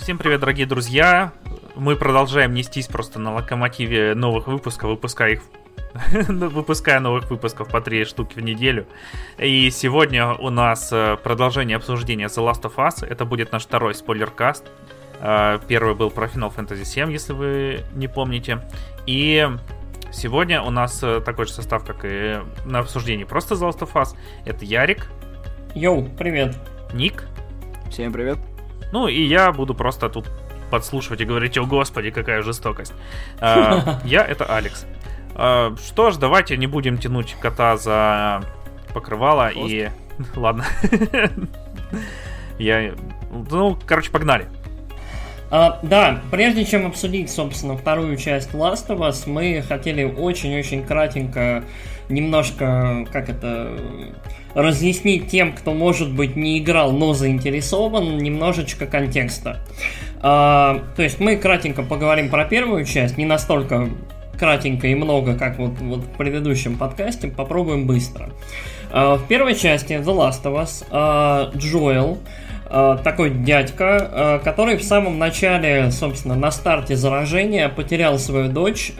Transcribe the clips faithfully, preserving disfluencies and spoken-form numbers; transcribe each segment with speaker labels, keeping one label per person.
Speaker 1: Всем привет, дорогие друзья! Мы продолжаем нестись просто на локомотиве новых выпусков, выпуская их выпуская новых выпусков по три штуки в неделю. И сегодня у нас продолжение обсуждения The Last of Us. Это будет наш второй спойлеркаст. Первый был про Final Fantasy семь, если вы не помните. И сегодня у нас такой же состав, как и на обсуждении просто The Last of Us. Это Ярик.
Speaker 2: Йоу, привет.
Speaker 1: Ник.
Speaker 3: Всем привет.
Speaker 1: Ну и я буду просто тут подслушивать и говорить: о господи, какая жестокость. Я — это Алекс. Что ж, давайте не будем тянуть кота за покрывало и... Ладно. Я... Ну, короче, погнали.
Speaker 2: А, да, прежде чем обсудить, собственно, вторую часть Last of Us, мы хотели очень-очень кратенько немножко, как это, разъяснить тем, кто, может быть, не играл, но заинтересован, немножечко контекста. А, то есть мы кратенько поговорим про первую часть, не настолько кратенько и много, как вот, вот в предыдущем подкасте, попробуем быстро. А, в первой части The Last of Us а, Джоэл, такой дядька, который в самом начале, собственно, на старте заражения потерял свою дочь.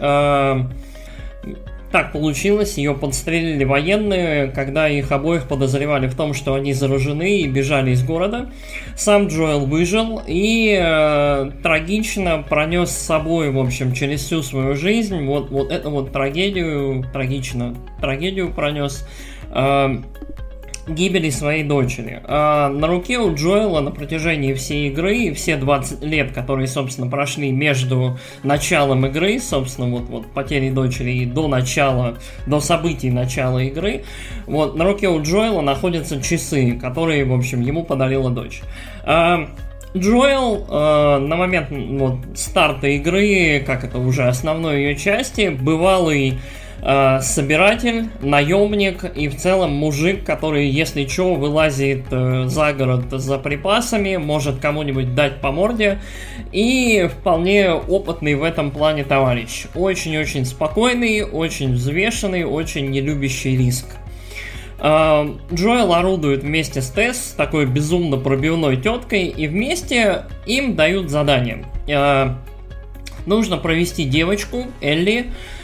Speaker 2: Так получилось, ее подстрелили военные, когда их обоих подозревали в том, что они заражены, и бежали из города. Сам Джоэл выжил и э, трагично пронес с собой, в общем, через всю свою жизнь вот, вот эту вот трагедию, трагично, трагедию пронес, э, гибели своей дочери. А на руке у Джоэла на протяжении всей игры, все двадцать лет, которые, собственно, прошли между началом игры, собственно, вот, вот потерей дочери и до начала, до событий начала игры, вот, на руке у Джоэла находятся часы, которые, в общем, ему подарила дочь. А Джоэл э, на момент вот, старта игры, как это уже основной ее части, бывалый собиратель, наемник и в целом мужик, который, если что, вылазит э, за город за припасами, может кому-нибудь дать по морде, и вполне опытный в этом плане товарищ. Очень-очень спокойный, очень взвешенный, очень не любящий риск. Э, Джоэл орудует вместе с Тесс, такой безумно пробивной теткой, и вместе им дают задание. Э, нужно провести девочку, Элли,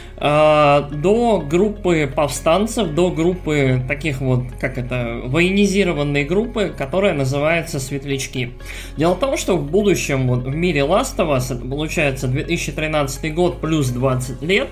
Speaker 2: до группы повстанцев, до группы таких вот, как это, военизированной группы, которая называется Светлячки. Дело в том, что в будущем, вот, в мире Last of Us, это получается две тысячи тринадцатый год плюс двадцать лет,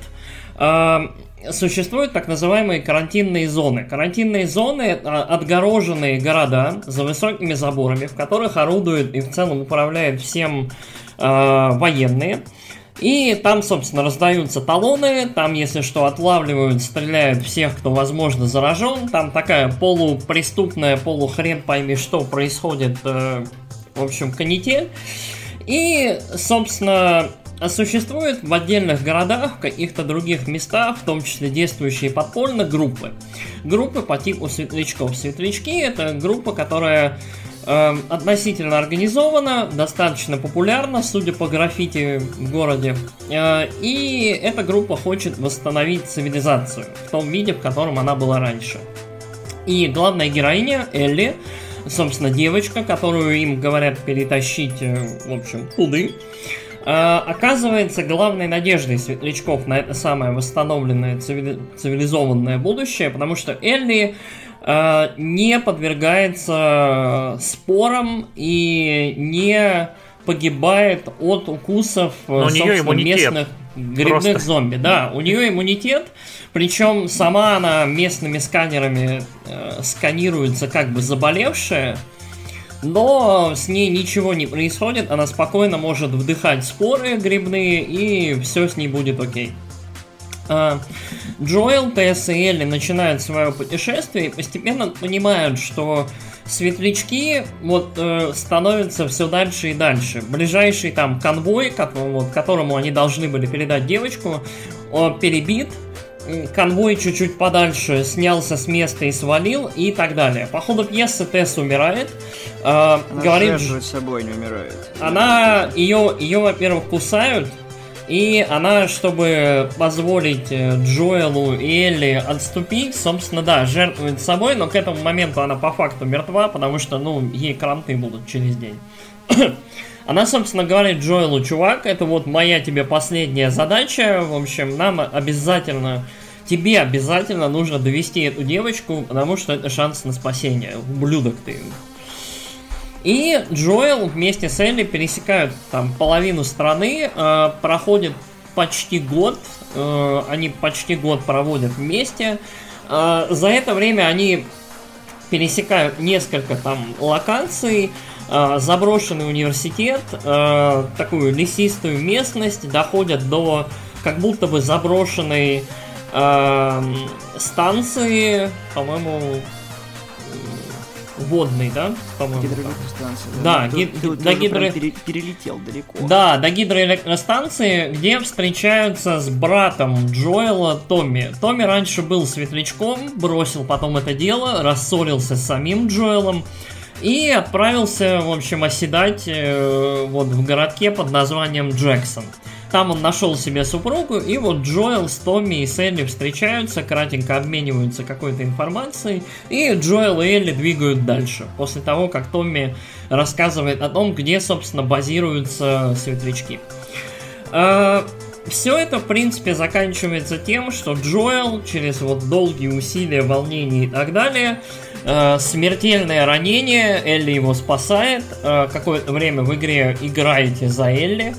Speaker 2: существуют так называемые карантинные зоны. Карантинные зоны — это отгороженные города за высокими заборами, в которых орудуют и в целом управляют всем военные. И там, собственно, раздаются талоны, там, если что, отлавливают, стреляют всех, кто, возможно, заражен. Там такая полупреступная, полухрен пойми что происходит, э, в общем, канитель. И, собственно, существуют в отдельных городах, в каких-то других местах, в том числе действующие подпольно, группы. Группы по типу светлячков. Светлячки — это группа, которая э, относительно организована, достаточно популярна, судя по граффити в городе. Э, и эта группа хочет восстановить цивилизацию в том виде, в котором она была раньше. И главная героиня, Элли, собственно, девочка, которую им говорят перетащить, в общем, туды, оказывается главной надеждой светлячков на это самое восстановленное цивили... цивилизованное будущее, потому что Элли э, не подвергается спорам и не погибает от укусов,
Speaker 1: но
Speaker 2: собственно, местных грибных просто зомби. Да, у нее иммунитет, причем сама она местными сканерами э, сканируется как бы заболевшая, но с ней ничего не происходит, она спокойно может вдыхать споры грибные, и все с ней будет окей. Джоэл, Тесс и Элли начинают свое путешествие и постепенно понимают, что светлячки вот э, становятся все дальше и дальше. Ближайший там конвой, как, вот, которому они должны были передать девочку, он перебит. Конвой чуть-чуть подальше снялся с места и свалил, и так далее. По ходу пьесы Тесс умирает. Э,
Speaker 3: она
Speaker 2: говорит,
Speaker 3: жертвует собой, не умирает.
Speaker 2: Она, ее, ее, во-первых, кусают, И она, чтобы позволить Джоэлу и Элли отступить, собственно, да, жертвует собой, но к этому моменту она по факту мертва, потому что, ну, ей кранты будут через день. Она, собственно, говорит Джоэлу: чувак, это вот моя тебе последняя задача, в общем, нам обязательно, тебе обязательно нужно довести эту девочку, потому что это шанс на спасение, ублюдок ты. И Джоэл вместе с Элли пересекают там половину страны, э, проходит почти год, э, они почти год проводят вместе. Э, за это время они пересекают несколько там локаций, э, заброшенный университет, э, такую лесистую местность, доходят до как будто бы заброшенной э, станции, по-моему, водный, да? По-моему,
Speaker 3: гидроэлектростанция.
Speaker 2: Да,
Speaker 3: да,
Speaker 2: ги-
Speaker 3: ты,
Speaker 2: до
Speaker 3: ты
Speaker 2: гидро...
Speaker 3: пере- перелетел далеко.
Speaker 2: Да, до гидроэлектростанции, где встречаются с братом Джоэла Томми. Томми раньше был светлячком, бросил потом это дело, рассорился с самим Джоэлом и отправился, в общем, оседать э, вот в городке под названием Джексон. Там он нашел себе супругу, и вот Джоэл с Томми и с Элли встречаются, кратенько обмениваются какой-то информацией, и Джоэл и Элли двигают дальше, после того, как Томми рассказывает о том, где, собственно, базируются светлячки. Все это, в принципе, заканчивается тем, что Джоэл через вот долгие усилия, волнения и так далее, смертельное ранение, Элли его спасает, какое-то время в игре играете за Элли,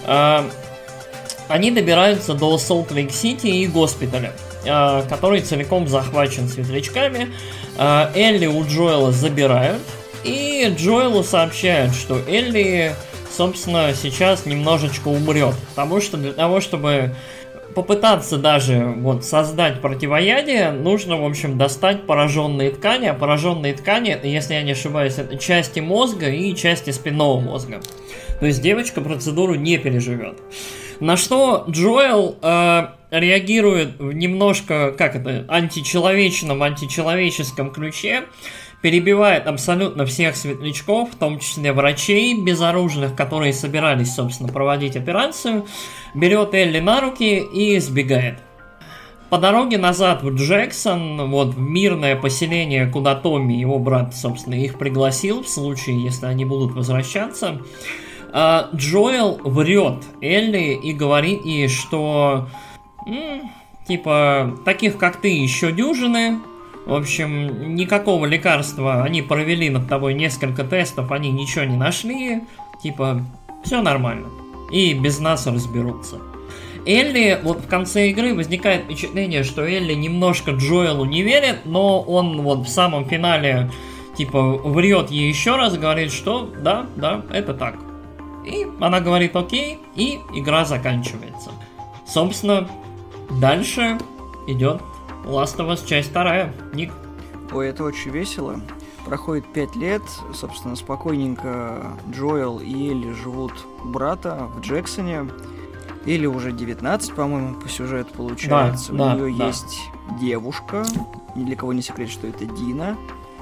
Speaker 2: они добираются до Солт-Лейк-Сити и госпиталя, э, который целиком захвачен светлячками. Э, Элли у Джоэла забирают, и Джоэлу сообщают, что Элли, собственно, сейчас немножечко умрет, потому что для того, чтобы попытаться даже вот создать противоядие, нужно, в общем, достать пораженные ткани, а пораженные ткани, если я не ошибаюсь, это части мозга и части спинного мозга. То есть девочка процедуру не переживет. На что Джоэл э, реагирует в немножко, как это, античеловечном, античеловеческом ключе, перебивает абсолютно всех светлячков, в том числе врачей безоружных, которые собирались, собственно, проводить операцию, берет Элли на руки и сбегает. По дороге назад в Джексон, вот в мирное поселение, куда Томми, его брат, собственно, их пригласил в случае, если они будут возвращаться, Джоэл врет Элли и говорит ей, что м, типа, таких как ты еще дюжины, в общем, никакого лекарства, они провели над тобой несколько тестов, они ничего не нашли, типа, все нормально, и без нас разберутся. Элли, вот в конце игры возникает впечатление, что Элли немножко Джоэлу не верит, но он вот в самом финале, типа, врет ей еще раз, говорит, что да, да, это так. И она говорит окей, и игра заканчивается. Собственно, дальше идет Last of Us часть вторая. Ник?
Speaker 3: Ой, это очень весело. Проходит пять лет, собственно, спокойненько Джоэл и Элли живут у брата в Джексоне. Элли уже девятнадцать, по-моему, по сюжету получается.
Speaker 2: Да,
Speaker 3: у нее
Speaker 2: да.
Speaker 3: есть девушка, ни для кого не секрет, что это Дина.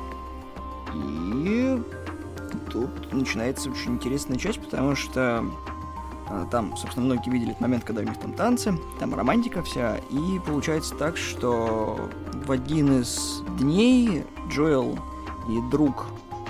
Speaker 3: И тут начинается очень интересная часть, потому что а, там, собственно, многие видели этот момент, когда у них там танцы, там романтика вся, и получается так, что в один из дней Джоэл и друг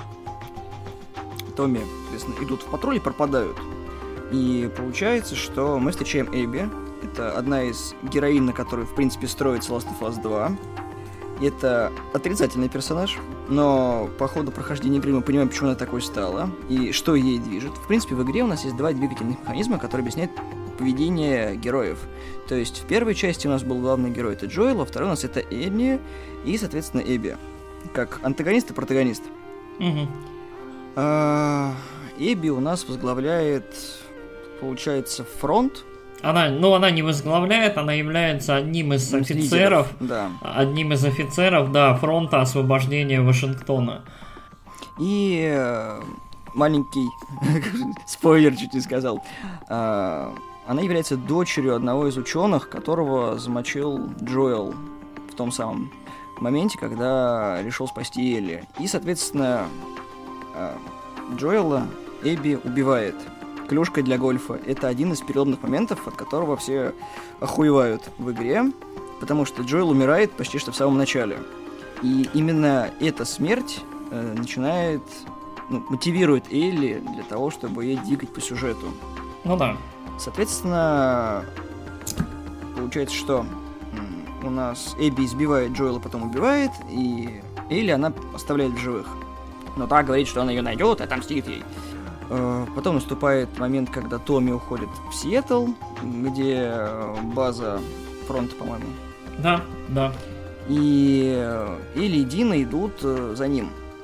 Speaker 3: Томми, соответственно, идут в патруль и пропадают. И получается, что мы встречаем Эбби, это одна из героинь, на которой, в принципе, строится Last of Us два. Это отрицательный персонаж, но по ходу прохождения игры мы понимаем, почему она такой стала и что ей движет. В принципе, в игре у нас есть два двигательных механизма, которые объясняют поведение героев. То есть в первой части у нас был главный герой, это Джоэл, во второй у нас это Элли и, соответственно, Эбби. Как антагонист и протагонист.
Speaker 2: Угу.
Speaker 3: А, Эбби у нас возглавляет, получается, фронт.
Speaker 2: Она, ну, она не возглавляет, она является одним из
Speaker 3: Из
Speaker 2: офицеров,
Speaker 3: лидеров, да.
Speaker 2: одним из офицеров, да, фронта освобождения Вашингтона.
Speaker 3: И э, маленький спойлер чуть не сказал. Э, она является дочерью одного из ученых, которого замочил Джоэл в том самом моменте, когда решил спасти Элли. И, соответственно, э, Джоэла Эбби убивает. клюшкой для гольфа. Это один из переломных моментов, от которого все охуевают в игре, потому что Джоэл умирает почти что в самом начале. И именно эта смерть э, начинает, ну, мотивирует Элли для того, чтобы ей двигать по сюжету.
Speaker 2: Ну да.
Speaker 3: Соответственно, получается, что у нас Эбби избивает Джоэла, потом убивает, и Элли она оставляет в живых. Но та говорит, что она ее найдет и отомстит ей. Потом наступает момент, когда Томми уходит в Сиэтл, где база фронта, по-моему.
Speaker 2: Да, да.
Speaker 3: И Элли и Дина идут за ним.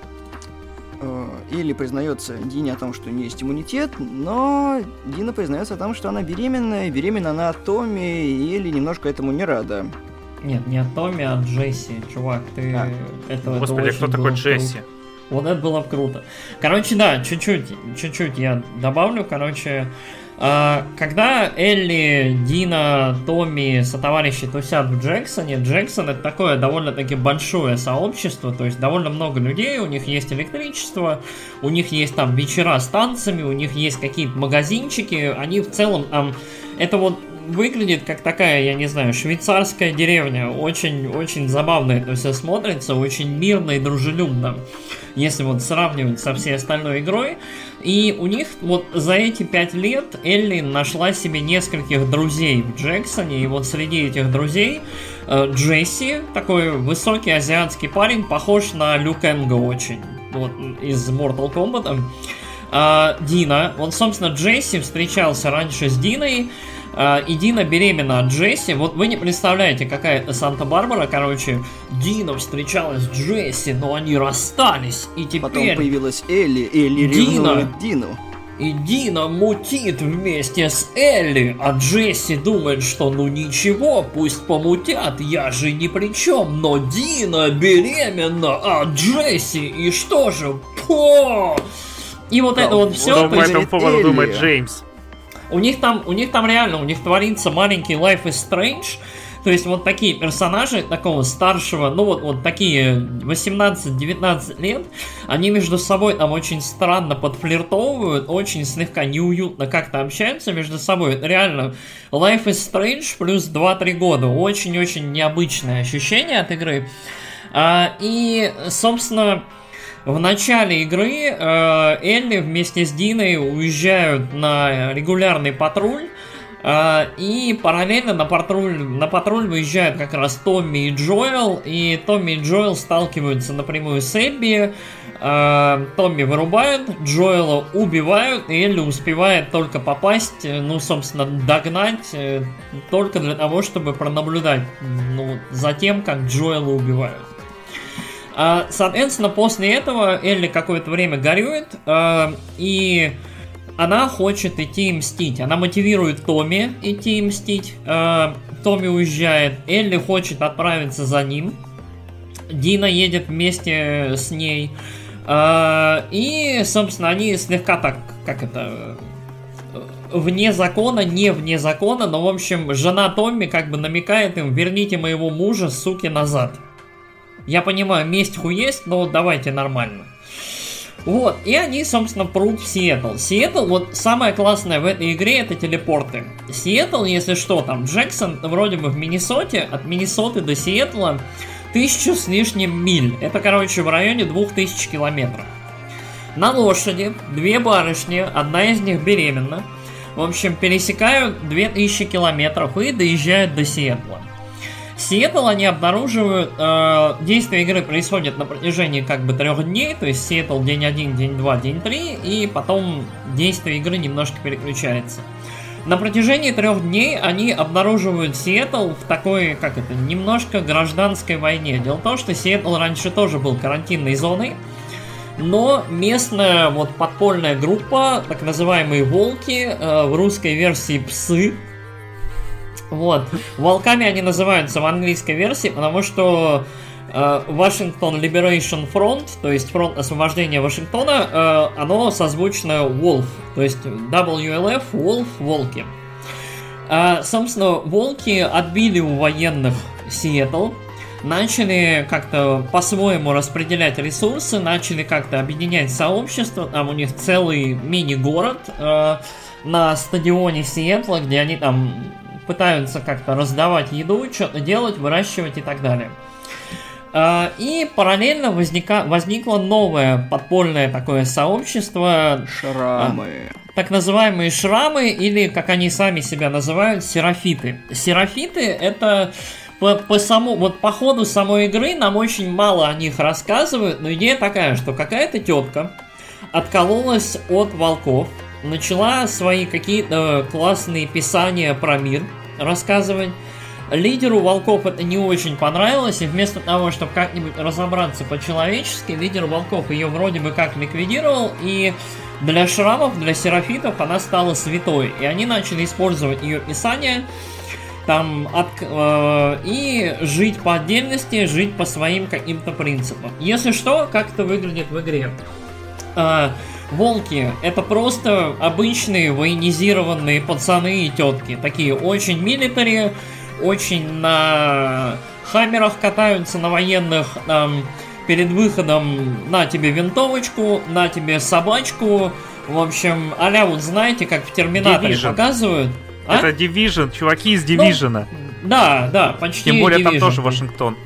Speaker 3: Элли признается Дине о том, что у нее есть иммунитет, но Дина признается о том, что она беременна, и беременна она от Томми, и Элли немножко этому не рада.
Speaker 2: Нет, не от Томми, а от Джесси. Чувак, ты...
Speaker 3: А.
Speaker 2: Это,
Speaker 1: Господи,
Speaker 2: это
Speaker 1: кто такой Джесси?
Speaker 2: Круто. Вот это было круто. Короче, да, чуть-чуть, чуть-чуть я добавлю. Короче, э, когда Элли, Дина, Томми, сотоварищи тусят в Джексоне, Джексон — это такое довольно-таки большое сообщество, то есть довольно много людей, у них есть электричество, у них есть там вечера с танцами, у них есть какие-то магазинчики, они в целом там... Это вот выглядит как такая, я не знаю, швейцарская деревня. Очень-очень забавно это все смотрится, очень мирно и дружелюбно, если вот сравнивать со всей остальной игрой. И у них вот за эти пять лет Элли нашла себе нескольких друзей в Джексоне. И вот среди этих друзей э, Джесси, такой высокий азиатский парень, похож на Лю Кэнга очень, вот, из Mortal Kombat. э, Дина, вот, собственно, Джесси встречался раньше с Диной, и Дина беременна от Джесси. Вот вы не представляете, какая это Санта-Барбара. Короче, Дина встречалась с Джесси, но они расстались. И теперь...
Speaker 3: Потом появилась Элли, Элли
Speaker 2: Дина...
Speaker 3: ревнует Дину.
Speaker 2: И Дина мутит вместе с Элли, а Джесси думает, что ну ничего, пусть помутят, я же ни при чем. Но Дина беременна от Джесси, и что же? По! И вот да, это вот все...
Speaker 1: Что по этому поводу думает Джеймс?
Speaker 2: У них там, у них там реально, у них творится маленький Life is Strange. То есть вот такие персонажи такого старшего, ну вот, вот такие восемнадцать-девятнадцать лет, они между собой там очень странно подфлиртовывают, очень слегка неуютно как-то общаются между собой. Это реально Life is Strange плюс два-три года. Очень-очень необычное ощущение от игры. А, и, собственно... В начале игры э, Элли вместе с Диной уезжают на регулярный патруль, э, и параллельно на патруль, на патруль выезжают как раз Томми и Джоэл, и Томми и Джоэл сталкиваются напрямую с Эбби. э, Томми вырубают, Джоэла убивают, и Элли успевает только попасть, ну, собственно, догнать, э, только для того, чтобы пронаблюдать, ну, за тем, как Джоэла убивают. Соответственно, после этого Элли какое-то время горюет, э, и она хочет идти мстить. Она мотивирует Томми идти мстить. Э, Томми уезжает, Элли хочет отправиться за ним. Дина едет вместе с ней. Э, и, собственно, они слегка так, как это... вне закона, не вне закона, но, в общем, жена Томми как бы намекает им: верните моего мужа, суки, назад. Я понимаю, месть хуесть, но давайте нормально. Вот, и они, собственно, прут в Сиэтл. Сиэтл, вот самое классное в этой игре — это телепорты. Сиэтл, если что, там Джексон вроде бы в Миннесоте, от Миннесоты до Сиэтла тысячу с лишним миль. Это, короче, в районе двух тысяч километров. На лошади две барышни, одна из них беременна. В общем, пересекают две тысячи километров и доезжают до Сиэтла. Сиэтл они обнаруживают, э, действие игры происходит на протяжении как бы трех дней, то есть Сиэтл день один, день два, день три, и потом действие игры немножко переключается. На протяжении трех дней они обнаруживают Сиэтл в такой, как это, немножко гражданской войне. Дело в том, что Сиэтл раньше тоже был карантинной зоной, но местная вот подпольная группа, так называемые волки, э, в русской версии псы. Вот. Волками они называются в английской версии, потому что э, Washington Liberation Front, то есть фронт освобождения Вашингтона, э, оно созвучно Wolf, то есть дабл ю эл эф, Wolf, волки. Э, собственно, волки отбили у военных Сиэтл. начали как-то по-своему распределять ресурсы, начали как-то объединять сообщество. Там у них целый мини-город э, на стадионе Сиэтла, где они там пытаются как-то раздавать еду, что-то делать, выращивать и так далее. Э, и параллельно возника... возникло новое подпольное такое сообщество.
Speaker 3: Шрамы.
Speaker 2: Э, так называемые шрамы, или, как они сами себя называют, серафиты. Серафиты — это... По, по, саму, вот по ходу самой игры нам очень мало о них рассказывают, но идея такая, что какая-то тетка откололась от волков, начала свои какие-то классные писания про мир рассказывать. Лидеру волков это не очень понравилось, и вместо того, чтобы как-нибудь разобраться по-человечески, лидер волков ее вроде бы как ликвидировал, и для шрамов, для серафитов она стала святой, и они начали использовать ее писания там от, э, и жить по отдельности, жить по своим каким-то принципам. Если что, как это выглядит в игре? Э, волки — это просто обычные военизированные пацаны и тетки, такие очень милитари, очень на хаммерах катаются, на военных, там, перед выходом на тебе винтовочку, на тебе собачку, в общем, а-ля вот знаете, как в Терминаторе
Speaker 1: Division.
Speaker 2: Показывают.
Speaker 1: А? Это Division, чуваки из Division.
Speaker 2: Ну, да, да, почти.
Speaker 1: Тем более
Speaker 2: Division.
Speaker 1: там тоже Вашингтон.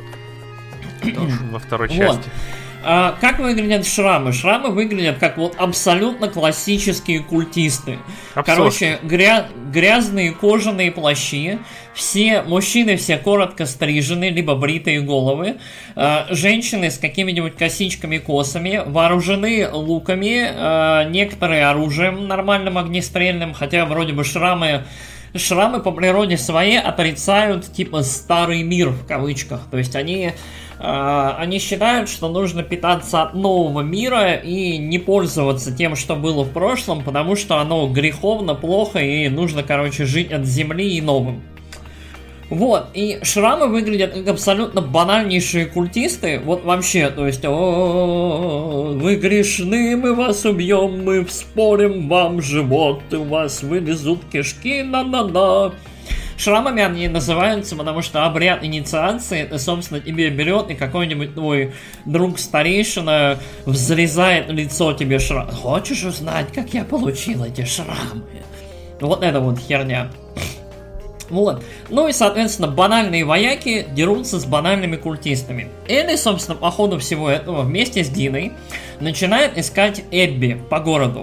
Speaker 1: Тоже во второй части.
Speaker 2: Вот. А, как выглядят шрамы? Шрамы выглядят как вот абсолютно классические культисты.
Speaker 1: Абсурд.
Speaker 2: Короче, гря- грязные кожаные плащи. Все мужчины все коротко стрижены, либо бритые головы. А, женщины с какими-нибудь косичками, косами. Вооружены луками. А, некоторые оружием нормальным огнестрельным. Хотя вроде бы шрамы... Шрамы по природе своей отрицают типа старый мир в кавычках. То есть они... Они считают, что нужно питаться от нового мира и не пользоваться тем, что было в прошлом, потому что оно греховно, плохо, и нужно, короче, жить от земли и новым. Вот, и шрамы выглядят как абсолютно банальнейшие культисты. Вот вообще, то есть, о, вы грешны, мы вас убьем, мы вспорим вам живот, у вас вылезут кишки, на-на-на. Шрамами они называются, потому что обряд инициации, это, собственно, тебе берет и какой-нибудь твой друг-старейшина взрезает лицо тебе шрам. Хочешь узнать, как я получил эти шрамы? Вот это вот херня. Вот. Ну и, соответственно, банальные вояки дерутся с банальными культистами. Элли, собственно, по ходу всего этого вместе с Диной начинает искать Эбби по городу.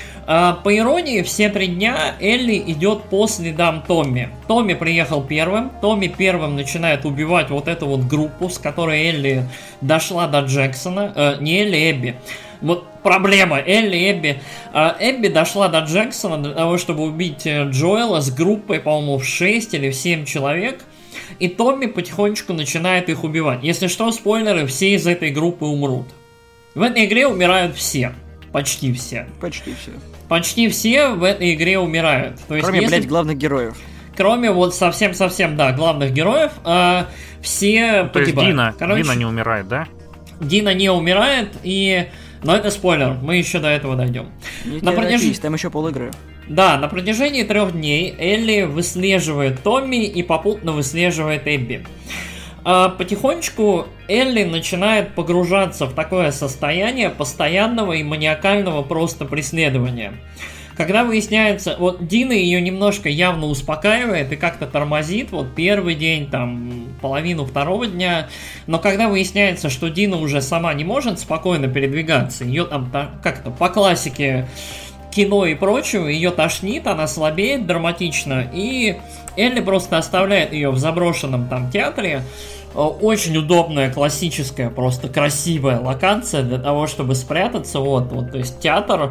Speaker 2: По иронии, все три дня Элли идет по следам Томми. Томми приехал первым. Томми первым начинает убивать вот эту вот группу, с которой Элли дошла до Джексона. Э, не Элли, Эбби. Вот проблема. Элли, Эбби. Э, Эбби дошла до Джексона для того, чтобы убить Джоэла с группой, по-моему, в шесть или в семь человек. И Томми потихонечку начинает их убивать. Если что, спойлеры, все из этой группы умрут. В этой игре умирают все. Почти все.
Speaker 3: Почти все.
Speaker 2: Почти все в этой игре умирают. То есть,
Speaker 3: кроме,
Speaker 2: если...
Speaker 3: блядь, главных героев.
Speaker 2: Кроме вот совсем-совсем, да, главных героев, э, все
Speaker 1: ну, то
Speaker 2: погибают.
Speaker 1: есть Дина,
Speaker 2: Короче,
Speaker 1: Дина не умирает, да?
Speaker 2: Дина не умирает, и... Но это спойлер, мы еще до этого дойдем.
Speaker 3: Не
Speaker 2: на протяжении...
Speaker 3: Там еще полигры.
Speaker 2: Да, на протяжении трех дней Элли выслеживает Томми и попутно выслеживает Эбби. А потихонечку Элли начинает погружаться в такое состояние постоянного и маниакального просто преследования. Когда выясняется, вот Дина ее немножко явно успокаивает и как-то тормозит, вот первый день, там, половину второго дня, но когда выясняется, что Дина уже сама не может спокойно передвигаться, ее там как-то по классике кино и прочего, ее тошнит, она слабеет драматично, и Элли просто оставляет ее в заброшенном там театре. Очень удобная, классическая, просто красивая локация для того, чтобы спрятаться. Вот, вот, то есть театр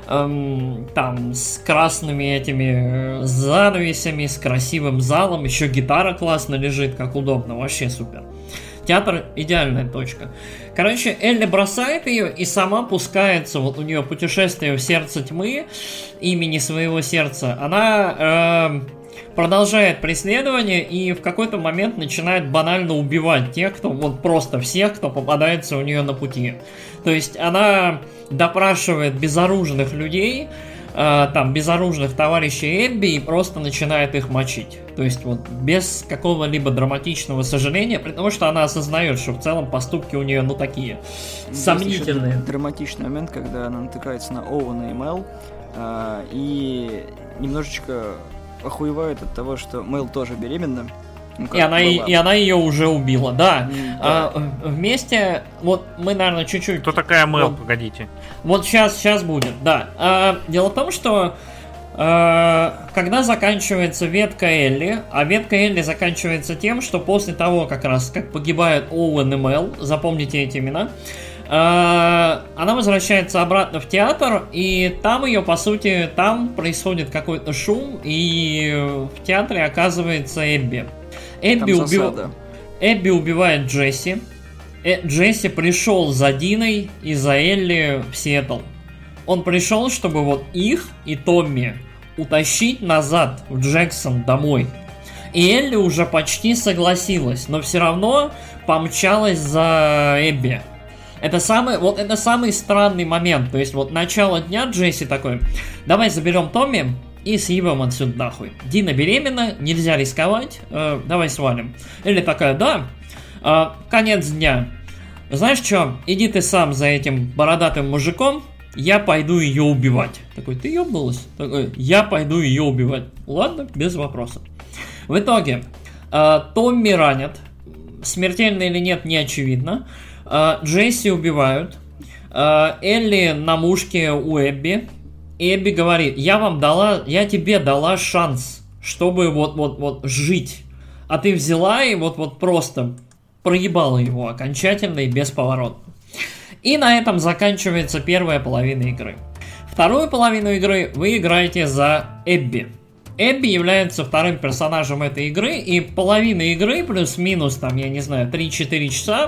Speaker 2: эм, там с красными этими занавесями, с красивым залом, еще гитара классно лежит, как удобно, вообще супер. Театр — идеальная точка. Короче, Элли бросает ее и сама пускается, вот у нее путешествие в сердце тьмы, имени своего сердца. Она... Э, продолжает преследование и в какой-то момент начинает банально убивать тех, кто вот просто всех, кто попадается у нее на пути. То есть она допрашивает безоружных людей, э, там безоружных товарищей Эбби и просто начинает их мочить. То есть вот без какого-либо драматичного сожаления, потому что она осознает, что в целом поступки у нее, ну, такие
Speaker 3: Есть
Speaker 2: сомнительные.
Speaker 3: еще драматичный момент, когда она натыкается на Оуэна и Мел, а, и немножечко охуевает от того, что Мел тоже беременна. Ну,
Speaker 2: И она, и, и она ее уже убила, да.
Speaker 3: Да.
Speaker 2: А, вместе, вот мы, наверное, чуть-чуть...
Speaker 1: Кто такая Мел,
Speaker 2: Вот.
Speaker 1: погодите?
Speaker 2: Вот сейчас, сейчас будет, да. А, дело в том, что а, когда заканчивается ветка Элли, а ветка Элли заканчивается тем, что после того, как раз как погибают Оуэн и Мел, запомните эти имена, а, она возвращается обратно в театр, и там ее, по сути, там происходит какой-то шум, и в театре оказывается Эбби. Эбби,
Speaker 3: Там
Speaker 2: убив...
Speaker 3: засада.
Speaker 2: Эбби убивает Джесси. Э, Джесси пришел за Диной и за Элли в Сиэтл. Он пришел, чтобы вот их и Томми утащить назад в Джексон домой. И Элли уже почти согласилась, но все равно помчалась за Эбби. Это самый, вот это самый странный момент. То есть вот начало дня Джесси такой: давай заберем Томми и съебем отсюда нахуй. Дина беременна, нельзя рисковать, э, давай свалим. Элли такая: да, э, конец дня. Знаешь что, иди ты сам за этим бородатым мужиком, я пойду ее убивать. Такой: ты ебнулась? Такой: я пойду ее убивать. Ладно, без вопросов. В итоге э, Томми ранят, смертельно или нет, не очевидно. э, Джесси убивают, э, Элли на мушке у Эбби. Эбби говорит: я вам дала, я тебе дала шанс, чтобы вот-вот-вот жить. А ты взяла и вот-вот просто проебала его окончательно и бесповоротно. И на этом заканчивается первая половина игры. Вторую половину игры вы играете за Эбби. Эбби является вторым персонажем этой игры, и половина игры, плюс-минус, там, я не знаю, три-четыре часа,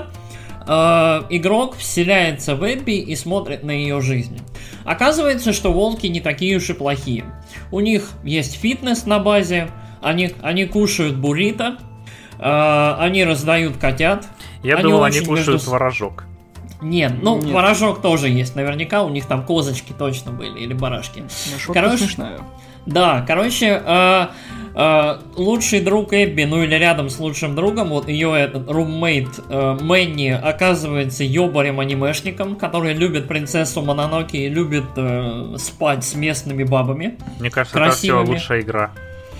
Speaker 2: э, игрок вселяется в Эбби и смотрит на ее жизнь. Оказывается, что волки не такие уж и плохие. У них есть фитнес на базе, они, они кушают буррито, э, они раздают котят.
Speaker 1: Я
Speaker 2: они
Speaker 1: думал, они
Speaker 2: очень
Speaker 1: кушают
Speaker 2: между...
Speaker 1: творожок.
Speaker 2: Нет, ну,
Speaker 3: Нет.
Speaker 2: творожок тоже есть, наверняка у них там козочки точно были, или барашки. Короче,
Speaker 3: смешная.
Speaker 2: Да, короче, э, э, лучший друг Эбби, ну или рядом с лучшим другом, вот ее этот руммейт э, Мэнни оказывается ёбарем-анимешником, который любит принцессу Мононоке и любит э, спать с местными бабами.
Speaker 1: Мне кажется,
Speaker 2: Красивыми.
Speaker 1: это все лучшая игра.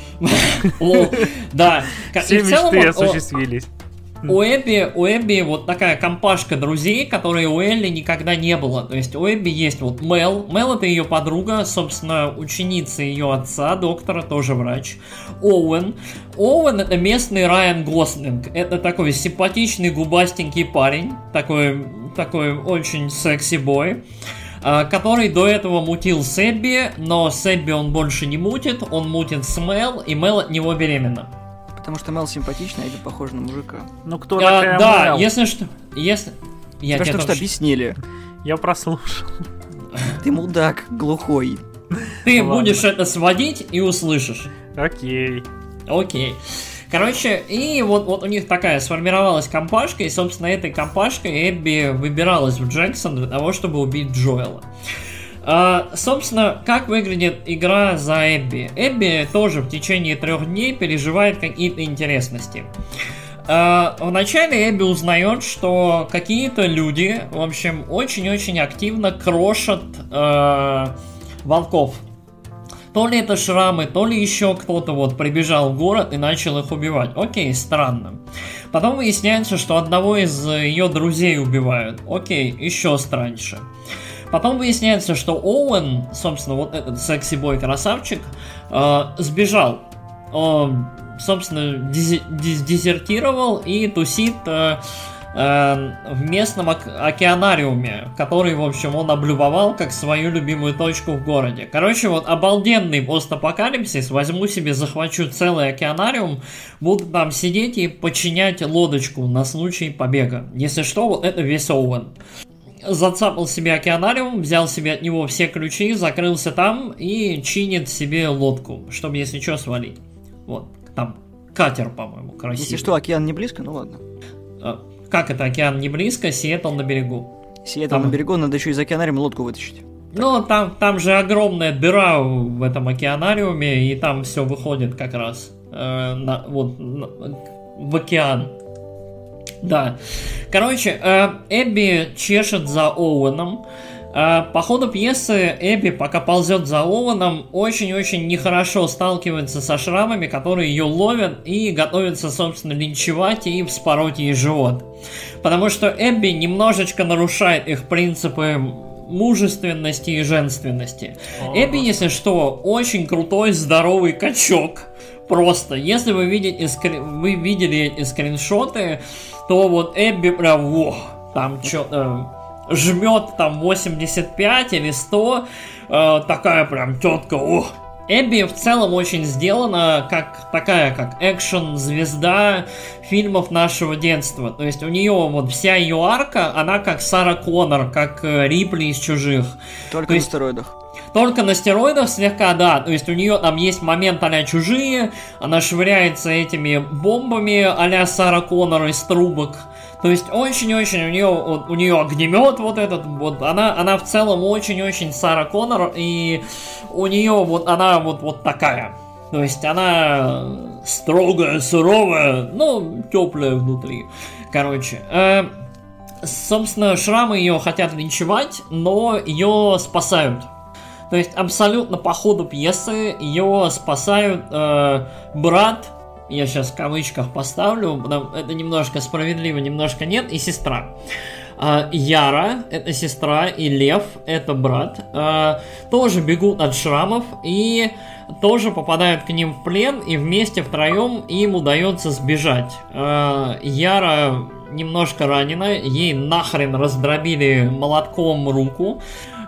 Speaker 2: О, да.
Speaker 1: Все
Speaker 2: И в целом
Speaker 1: мечты
Speaker 2: вот, о,
Speaker 1: осуществились.
Speaker 2: У Эбби, у Эбби вот такая компашка друзей, которые у Элли никогда не было. То есть у Эбби есть вот Мел. Мел — это ее подруга, собственно, ученица ее отца, доктора, тоже врач. Оуэн. Оуэн — это местный Райан Гослинг. Это такой симпатичный губастенький парень, такой, такой очень секси-бой, который до этого мутил с Эбби, но с Эбби он больше не мутит, он мутит с Мел, и Мел от него беременна.
Speaker 3: Потому что Мел симпатичная, а Эбби похожа на мужика.
Speaker 1: Ну кто
Speaker 2: А,
Speaker 1: такая
Speaker 2: да,
Speaker 1: Мел?
Speaker 2: если что, если я
Speaker 3: Тебе
Speaker 2: тебе
Speaker 3: что, что
Speaker 2: тоже-
Speaker 3: объяснили?
Speaker 1: Я прослушал.
Speaker 3: Ты мудак, глухой.
Speaker 2: ты
Speaker 1: Ладно.
Speaker 2: будешь это сводить и услышишь.
Speaker 1: Окей.
Speaker 2: Окей. Короче, и вот, вот у них такая сформировалась компашка, и, собственно, этой компашкой Эбби выбиралась в Джексон для того, чтобы убить Джоэла. А, собственно, как выглядит игра за Эбби? Эбби тоже в течение трех дней переживает какие-то интересности. А, вначале Эбби узнает, что какие-то люди, в общем, очень-очень активно крошат а, волков. То ли это шрамы, то ли еще кто-то вот прибежал в город и начал их убивать. Окей, странно. Потом выясняется, что одного из ее друзей убивают. Окей, еще страньше. Потом выясняется, что Оуэн, собственно, вот этот секси-бой-красавчик, э, сбежал. Он, собственно, диз- диз- дезертировал и тусит э, э, в местном ок- океанариуме, который, в общем, он облюбовал как свою любимую точку в городе. Короче, вот обалденный постапокалипсис. Возьму себе, захвачу целый океанариум, буду там сидеть и подчинять лодочку на случай побега. Если что, вот это весь Оуэн. Зацапал себе океанариум, взял себе от него все ключи, закрылся там и чинит себе лодку, чтобы, если что, свалить. Вот, там катер, по-моему, красивый.
Speaker 3: Если что, океан не близко, ну ладно.
Speaker 2: А, как это, океан не близко, Сиэтл на берегу.
Speaker 3: Сиэтл
Speaker 2: Там-
Speaker 3: на берегу, надо еще из океанариума лодку вытащить.
Speaker 2: Ну, там, там же огромная дыра в этом океанариуме, и там все выходит как раз э, на, вот, на, в океан. Да. Короче, э, Эбби чешет за Оуэном. Э, по ходу пьесы Эбби, пока ползет за Оуэном, очень-очень нехорошо сталкивается со шрамами, которые ее ловят и готовятся, собственно, линчевать и вспороть ей живот. Потому что Эбби немножечко нарушает их принципы мужественности и женственности. О, Эбби, если что, очень крутой, здоровый качок. Просто, если вы видите, скри... вы видели эти скриншоты, то вот Эбби прям, ох, там что-то жмет там восемьдесят пять или сто, э, такая прям тетка, ох. Эбби в целом очень сделана как такая, как экшн-звезда фильмов нашего детства. То есть у нее вот вся ее арка, она как Сара Коннор, как Рипли из «Чужих».
Speaker 3: Только на стероидах.
Speaker 2: Только на стероидах слегка, да. То есть у нее там есть момент а-ля «Чужие», она швыряется этими бомбами а-ля Сара Коннор из трубок. То есть очень-очень у нее, у нее огнемет вот этот, вот она, она в целом очень-очень Сара Коннор, и у нее вот она вот, вот такая. То есть она строгая, суровая, но теплая внутри. Короче, э, собственно, шрамы ее хотят линчевать, но ее спасают. То есть абсолютно по ходу пьесы ее спасают э, брат, я сейчас в кавычках поставлю, это немножко справедливо, немножко нет, и сестра. Яра, это сестра, и Лев, это брат, тоже бегут от шрамов и тоже попадают к ним в плен, и вместе втроем им удается сбежать. Яра немножко ранена, ей нахрен раздробили молотком руку.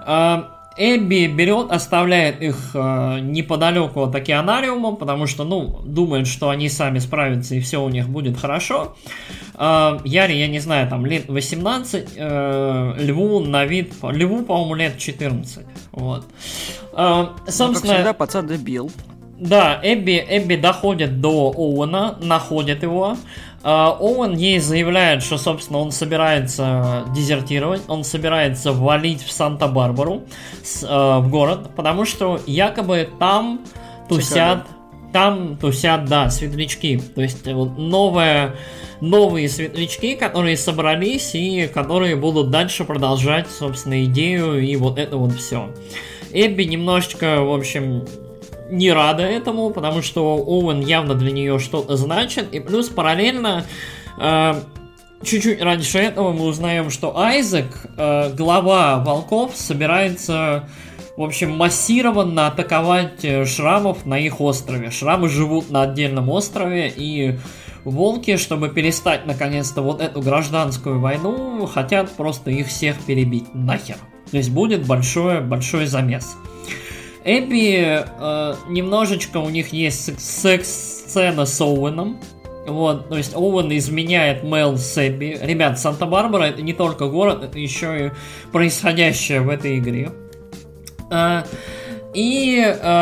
Speaker 2: Эбби берет, оставляет их э, неподалеку от океанариума, потому что, ну, думает, что они сами справятся и все у них будет хорошо. Э, Яре, я не знаю, там лет восемнадцать, э, Льву на вид, Льву, по-моему, лет четырнадцать. Вот. Э, собственно, ну, как
Speaker 3: всегда, пацан дебил.
Speaker 2: Да, Эбби, Эбби доходит до Оуэна, находит его. Оуэн ей заявляет, что, собственно, он собирается дезертировать, он собирается валить в Санта-Барбару, с, э, в город, потому что якобы там тусят, там тусят, да, светлячки. То есть вот новые, новые светлячки, которые собрались и которые будут дальше продолжать, собственно, идею и вот это вот все. Эбби немножечко, в общем, не рада этому, потому что Оуэн явно для нее что-то значит. И плюс параллельно, э, чуть-чуть раньше этого мы узнаем, что Айзек, э, глава волков, собирается, в общем, массированно атаковать шрамов на их острове. Шрамы живут на отдельном острове, и волки, чтобы перестать наконец-то вот эту гражданскую войну, хотят просто их всех перебить нахер. То есть будет большой-большой замес. Эбби, э, немножечко у них есть секс-сцена с Оуэном. Вот, то есть Оуэн изменяет Мел с Эбби. Ребят, Санта-Барбара это не только город, это еще и происходящее в этой игре. Э, и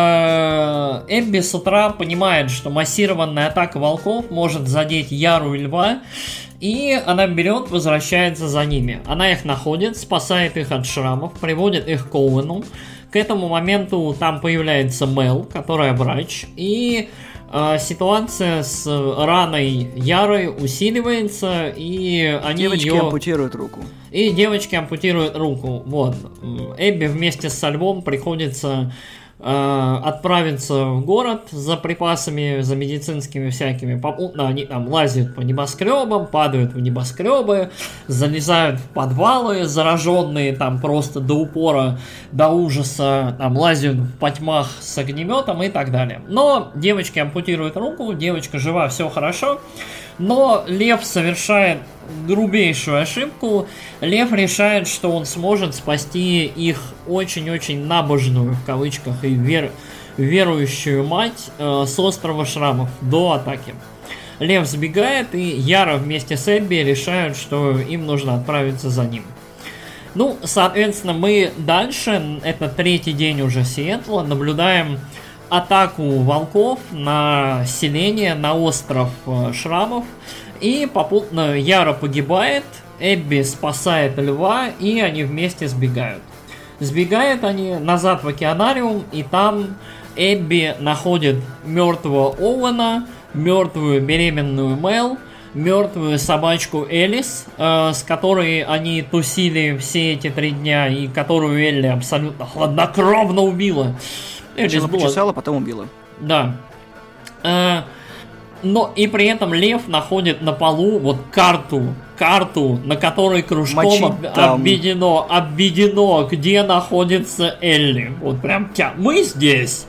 Speaker 2: э, Эбби с утра понимает, что массированная атака волков может задеть Яру и Льва. И она берет, возвращается за ними. Она их находит, спасает их от шрамов, приводит их к Оуэну. К этому моменту там появляется Мел, которая врач, и э, ситуация с раной Яры усиливается, и они
Speaker 3: девочки
Speaker 2: ее...
Speaker 3: ампутируют руку.
Speaker 2: И девочки ампутируют руку. Вот. Эбби вместе с Львом приходится э, отправиться в город за припасами, за медицинскими всякими. Попутно они там лазят по небоскребам, падают в небоскребы, залезают в подвалы зараженные там просто до упора, до ужаса, там лазят в потьмах с огнеметом и так далее. Но девочки ампутируют руку, девочка жива, все хорошо. Но Лев совершает грубейшую ошибку. Лев решает, что он сможет спасти их очень-очень набожную, в кавычках, и вер... верующую мать э, с острова Шрамов до атаки. Лев сбегает, и Яра вместе с Эбби решают, что им нужно отправиться за ним. Ну, соответственно, мы дальше, это третий день уже Сиэтла, наблюдаем атаку волков на селение, на остров Шрамов. И попутно Яра погибает, Эбби спасает Льва, и они вместе сбегают. Сбегают они назад в океанариум, и там Эбби находит мертвого Оуэна, мертвую беременную Мел, мертвую собачку Элис, э, с которой они тусили все эти три дня, и которую Элли абсолютно хладнокровно убила.
Speaker 3: Сначала почесала, потом убила.
Speaker 2: Да. Э, но и при этом Лев находит на полу вот карту, карту, на которой кружком об, обведено, обведено, где находится Элли. Вот прям тя. Мы здесь.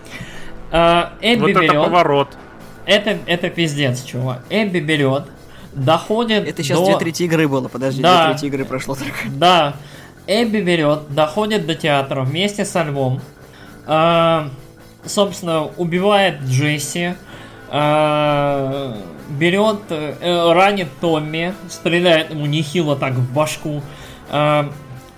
Speaker 2: Э, Эбби
Speaker 1: вот
Speaker 2: берет,
Speaker 1: это поворот.
Speaker 2: Это, это пиздец, чувак. Эбби берет, доходит
Speaker 3: Это сейчас
Speaker 2: до...
Speaker 3: две трети игры было, подожди,
Speaker 2: да.
Speaker 3: две трети игры прошло только.
Speaker 2: Да. Эбби берет, доходит до театра вместе со Львом. Э, собственно, убивает Джесси. Э, берет, э, ранит Томми, стреляет ему нехило так в башку. Э,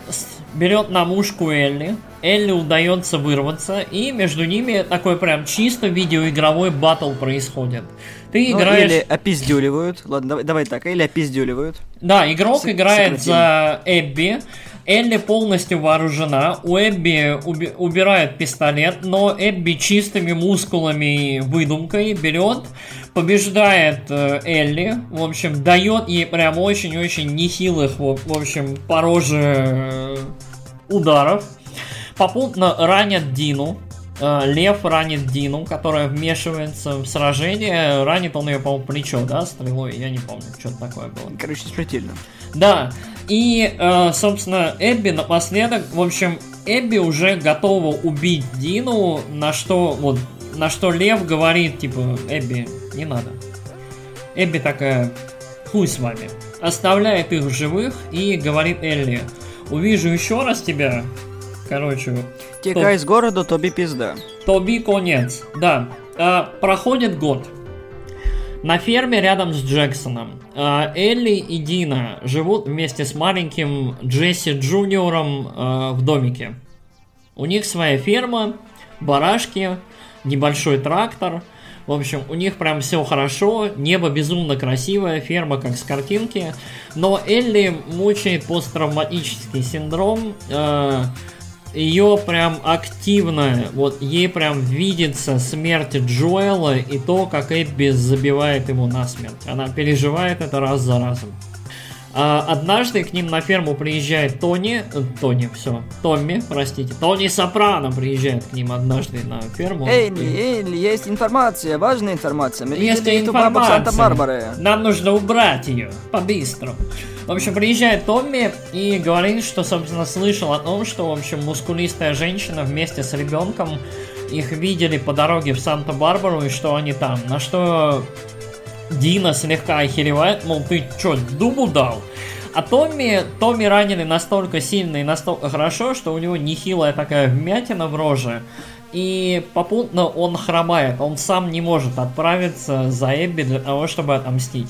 Speaker 2: берет на мушку Элли. Элли удается вырваться, и между ними такой прям чисто видеоигровой баттл происходит. Ты
Speaker 3: ну,
Speaker 2: играешь...
Speaker 3: Или опиздюливают. Ладно, давай, давай так, или опиздюливают.
Speaker 2: Да, игрок
Speaker 3: С-
Speaker 2: играет
Speaker 3: сократим.
Speaker 2: за Эбби. Элли полностью вооружена. У Эбби уби- убирает пистолет, но Эбби чистыми мускулами и выдумкой берет, побеждает э, Элли. В общем, дает ей прям очень-очень нехилых, в, в общем, по роже э, ударов. Попутно ранят Дину. Э, Лев ранит Дину, которая вмешивается в сражение. Ранит он ее, по-моему, плечо, да, стрелой? Я не помню, что-то такое было.
Speaker 3: Короче, смертельно.
Speaker 2: Да, и, э, собственно, Эбби напоследок, в общем, Эбби уже готова убить Дину, на что, вот, на что Лев говорит, типа, Эбби, не надо. Эбби такая, хуй с вами. Оставляет их в живых и говорит Элли, увижу еще раз тебя, короче...
Speaker 3: Текай
Speaker 2: то...
Speaker 3: из города, Тоби пизда.
Speaker 2: Тоби конец, да. Э, проходит год. На ферме рядом с Джексоном э, Элли и Дина живут вместе с маленьким Джесси Джуниором э, в домике. У них своя ферма, барашки, небольшой трактор. В общем, у них прям все хорошо, небо безумно красивое, ферма как с картинки. Но Элли мучает посттравматический синдром. Э, Ее прям активно, вот ей прям видится смерть Джоэла и то, как Эбби забивает его насмерть. Она переживает это раз за разом. А, однажды к ним на ферму приезжает Тони, э, Тони, все, Томми, простите, Тони Сопрано приезжает к ним однажды на ферму.
Speaker 3: Элли,
Speaker 2: И-
Speaker 3: Элли, есть информация, важная информация. Мы
Speaker 2: Есть
Speaker 3: видели эту бабу в
Speaker 2: информация.
Speaker 3: Санта-Барбаре.
Speaker 2: Нам нужно убрать ее по-быстрому. В общем, приезжает Томми и говорит, что, собственно, слышал о том, что, в общем, мускулистая женщина вместе с ребенком их видели по дороге в Санта-Барбару и что они там. На что Дина слегка охеревает, мол, ты чё, дубу дал? А Томми, Томми ранили настолько сильно и настолько хорошо, что у него нехилая такая вмятина в роже. И попутно он хромает, он сам не может отправиться за Эбби для того, чтобы отомстить.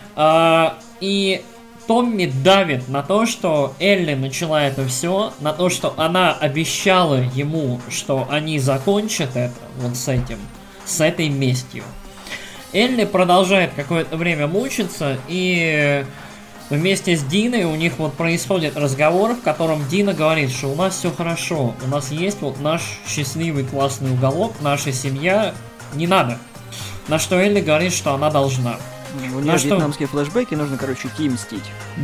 Speaker 2: А, и Томми давит на то, что Элли начала это все, на то, что она обещала ему, что они закончат это вот с этим, с этой местью. Элли продолжает какое-то время мучиться, и вместе с Диной у них вот происходит разговор, в котором Дина говорит, что у нас все хорошо, у нас есть вот наш счастливый классный уголок, наша семья, не надо. На что Элли говорит, что она должна.
Speaker 3: У
Speaker 2: На
Speaker 3: нее
Speaker 2: что-
Speaker 3: вьетнамские флешбеки, нужно, короче, идти и мстить.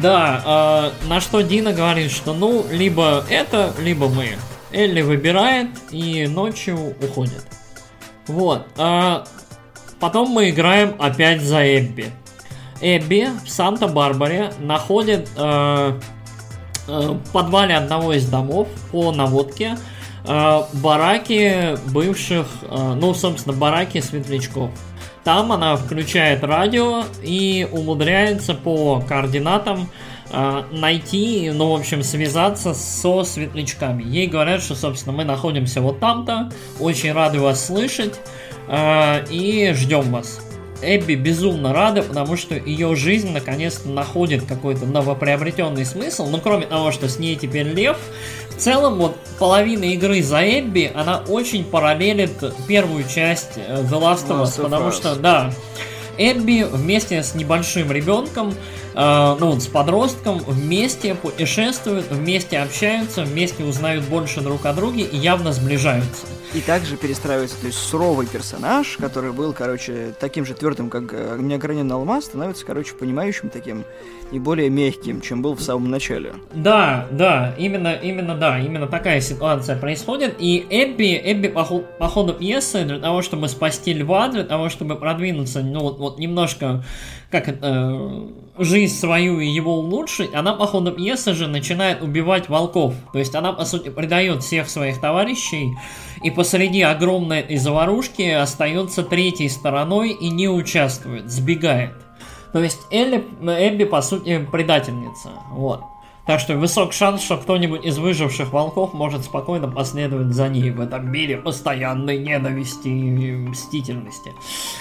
Speaker 2: Да, э, на что Дина говорит, что ну, либо это, либо мы. Элли выбирает и ночью уходит. Вот. э, потом мы играем опять за Эбби. Эбби в Санта-Барбаре находит э, э, в подвале одного из домов по наводке э, бараки бывших, э, ну, собственно, бараки светлячков. Там она включает радио и умудряется по координатам э, найти, ну, в общем, связаться со светлячками. Ей говорят, что, собственно, мы находимся вот там-то, очень рады вас слышать э, и ждем вас. Эбби безумно рада, потому что ее жизнь наконец-то находит какой-то новоприобретенный смысл. Ну, кроме того, что с ней теперь Лев. В целом, вот половина игры за Эбби, она очень параллелит первую часть э, The Last of Us,
Speaker 3: Last of
Speaker 2: потому
Speaker 3: Us.
Speaker 2: что, да, Эбби вместе с небольшим ребенком э, ну, с подростком вместе путешествуют, вместе общаются, вместе узнают больше друг о друге и явно сближаются.
Speaker 3: И также перестраивается, то есть суровый персонаж, который был, короче, таким же твердым, как неограненный алмаз, становится, короче, понимающим таким и более мягким, чем был в самом начале.
Speaker 2: Да, да, именно, именно, да, именно такая ситуация происходит. И Эбби, Эбби по, хо- по ходу пьесы, для того, чтобы спасти льва, для того, чтобы продвинуться, ну, вот, вот немножко, как это, жизнь свою и его улучшить, она по ходу пьесы же начинает убивать волков. То есть она, по сути, предает всех своих товарищей, и посреди огромной этой заварушки остается третьей стороной и не участвует, сбегает. То есть Элли, Эбби, по сути, предательница. Вот. Так что высок шанс, что кто-нибудь из выживших волков может спокойно последовать за ней в этом мире постоянной ненависти и мстительности.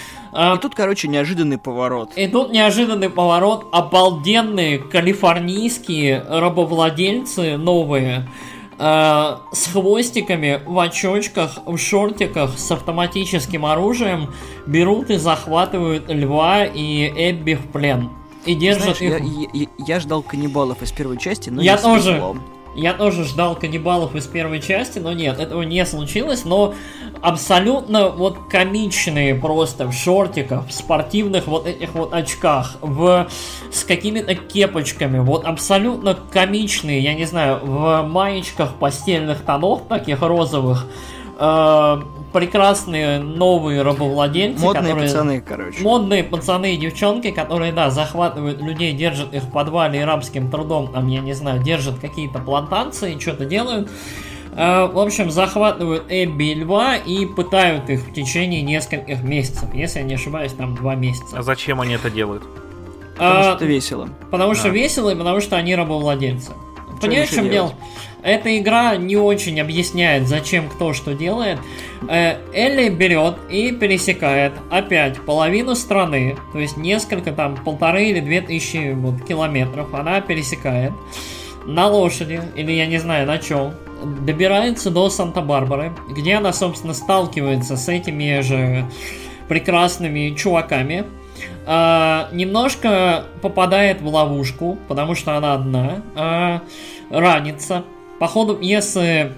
Speaker 3: И тут, короче, неожиданный поворот.
Speaker 2: И тут неожиданный поворот. Обалденные калифорнийские рабовладельцы новые, э, с хвостиками, в очочках, в шортиках, с автоматическим оружием берут и захватывают льва и Эбби в плен. И держат.
Speaker 3: Знаешь,
Speaker 2: их...
Speaker 3: я, я, я ждал каннибалов из первой части, но
Speaker 2: я
Speaker 3: не
Speaker 2: тоже.
Speaker 3: смесло.
Speaker 2: Я тоже ждал каннибалов из первой части, но нет, этого не случилось, но абсолютно вот комичные просто в шортиках, в спортивных вот этих вот очках, в, с какими-то кепочками, вот абсолютно комичные, я не знаю, в маечках постельных тонов, таких розовых, э, прекрасные новые рабовладельцы.
Speaker 3: Модные
Speaker 2: которые,
Speaker 3: пацаны, короче.
Speaker 2: Модные пацаны и девчонки, которые, да, захватывают людей, держат их в подвале и рабским трудом, там, я не знаю, держат какие-то плантации, что-то делают. Э, в общем, захватывают Эбби и льва и пытают их в течение нескольких месяцев. Если я не ошибаюсь, там два месяца.
Speaker 1: А зачем они это делают?
Speaker 3: Потому
Speaker 2: а,
Speaker 3: что это весело.
Speaker 2: Потому что
Speaker 1: А.
Speaker 2: весело и потому что они рабовладельцы. Понимаешь, в чем
Speaker 3: делать?
Speaker 2: дело? Эта игра не очень объясняет, зачем кто что делает. Э, Элли берет и пересекает опять половину страны, то есть несколько там, полторы или две тысячи вот, километров она пересекает на лошади, или я не знаю на чем, добирается до Санта-Барбары, где она, собственно, сталкивается с этими же прекрасными чуваками. Uh, немножко попадает в ловушку, потому что она одна, uh, ранится. По ходу пьесы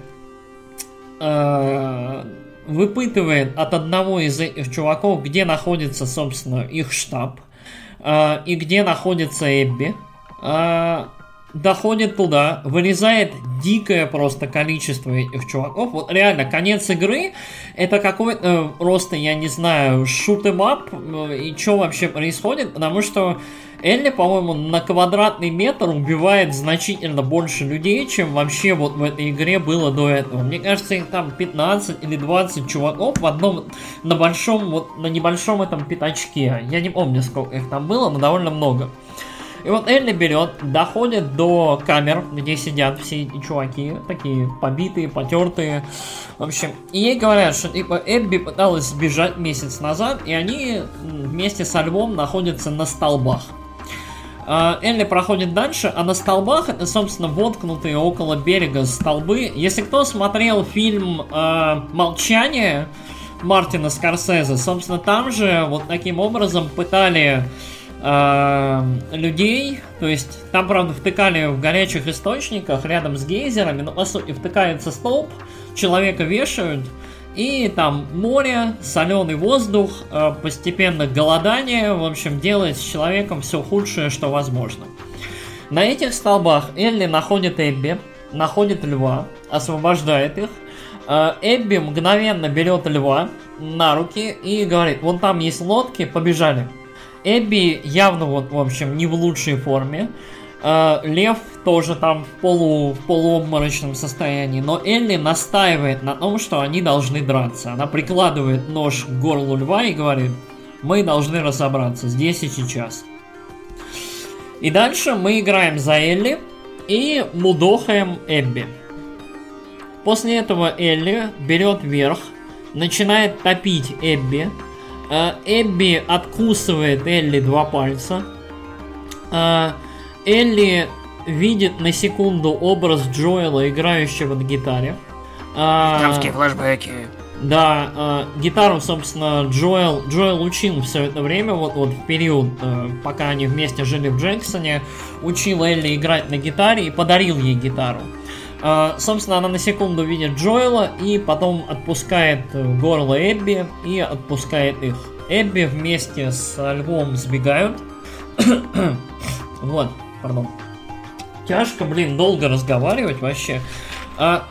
Speaker 2: uh, выпытывает от одного из этих чуваков, где находится, собственно, их штаб, uh, и где находится Эбби. Uh, доходит туда, вырезает дикое просто количество этих чуваков. Вот реально, конец игры это какой-то просто, я не знаю, шут-эм-ап, и что вообще происходит, потому что Элли, по-моему, на квадратный метр убивает значительно больше людей, чем вообще вот в этой игре было до этого. Мне кажется, их там пятнадцать или двадцать чуваков в одном, на большом, вот на небольшом этом пятачке. Я не помню, сколько их там было, но довольно много. И вот Элли берет, доходит до камер, где сидят все эти чуваки, такие побитые, потертые. В общем, и ей говорят, что типа Эбби пыталась сбежать месяц назад, и они вместе со львом находятся на столбах. Элли проходит дальше, а на столбах это, собственно, воткнутые около берега столбы. Если кто смотрел фильм э, «Молчание» Мартина Скорсезе, собственно, там же вот таким образом пытали людей, то есть там, правда, втыкали в горячих источниках рядом с гейзерами, но, по сути, втыкается столб, человека вешают, и там море, соленый воздух, постепенно голодание, в общем, делает с человеком все худшее, что возможно. На этих столбах Элли находит Эбби, находит льва, освобождает их. Эбби мгновенно берет льва на руки и говорит: вон там есть лодки, побежали. Эбби явно, вот, в общем, не в лучшей форме. Э, Лев тоже там в, полу, в полуобморочном состоянии. Но Элли настаивает на том, что они должны драться. Она прикладывает нож к горлу льва и говорит: мы должны разобраться здесь и сейчас. И дальше мы играем за Элли и мудохаем Эбби. После этого Элли берет верх, начинает топить Эбби. Эбби откусывает Элли два пальца. Элли видит на секунду образ Джоэла, играющего на гитаре.
Speaker 3: Вьетнамские флешбеки.
Speaker 2: Да, э, гитару, собственно, Джоэл, Джоэл учил все это время, вот, вот в период, э, пока они вместе жили в Джексоне, учил Элли играть на гитаре и подарил ей гитару. Э, собственно, она на секунду видит Джоэла и потом отпускает горло Эбби и отпускает их. Эбби вместе с Львом сбегают. Вот, пардон. Тяжко, блин, долго разговаривать вообще. А,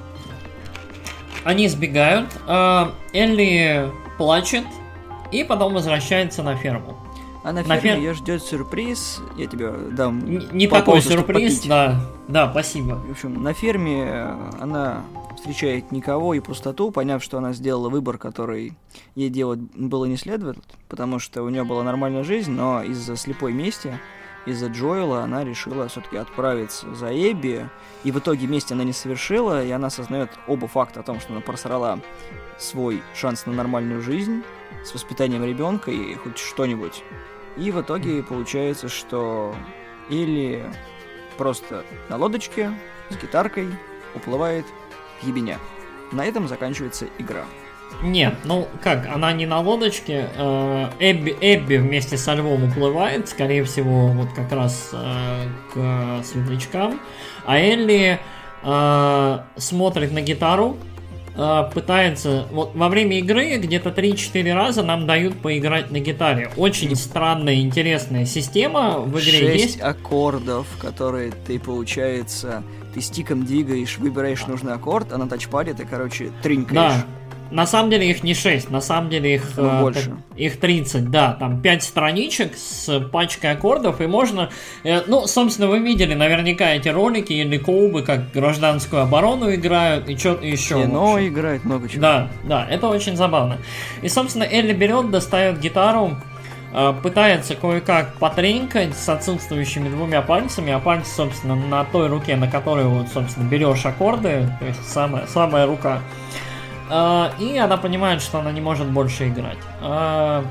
Speaker 2: они сбегают, а Элли плачет и потом возвращается на ферму.
Speaker 3: А на,
Speaker 2: на
Speaker 3: ферме
Speaker 2: фер...
Speaker 3: ее ждет сюрприз. Я тебе дам.
Speaker 2: Н- не такой сюрприз, да. Да, спасибо.
Speaker 3: В общем, на ферме она встречает никого и пустоту, поняв, что она сделала выбор, который ей делать было не следует, потому что у нее была нормальная жизнь, но из-за слепой мести, из-за Джоэла она решила все-таки отправиться за Эбби, и в итоге мести она не совершила, и она осознает оба факта о том, что она просрала свой шанс на нормальную жизнь с воспитанием ребенка и хоть что-нибудь. И в итоге получается, что Элли просто на лодочке с гитаркой уплывает в ебеня. На этом заканчивается игра.
Speaker 2: Нет, ну как, она не на лодочке, э, Эбби, Эбби вместе со Львом уплывает, скорее всего, вот как раз э, к светлячкам, а Элли э, смотрит на гитару, э, пытается, вот во время игры где-то три-четыре раза нам дают поиграть на гитаре. Очень странная, интересная система в игре есть.
Speaker 3: Шесть аккордов, которые ты, получается, ты стиком двигаешь, выбираешь нужный аккорд, а на тачпаде ты, короче, тринкаешь.
Speaker 2: Да. На самом деле их не шесть, на самом деле их,
Speaker 3: ну,
Speaker 2: э,
Speaker 3: больше.
Speaker 2: их тридцать, да, там пять страничек с пачкой аккордов, и можно, э, ну, собственно, вы видели наверняка эти ролики или коубы, как гражданскую оборону играют, и что-то еще.
Speaker 3: Кино играет, много чего.
Speaker 2: Да, да, это очень забавно. И, собственно, Элли берет, достает гитару, э, пытается кое-как потренькать с отсутствующими двумя пальцами, а пальцы, собственно, на той руке, на которой, вот, собственно, берешь аккорды, то есть самая, самая рука. Uh, и она понимает, что она не может больше играть. Uh,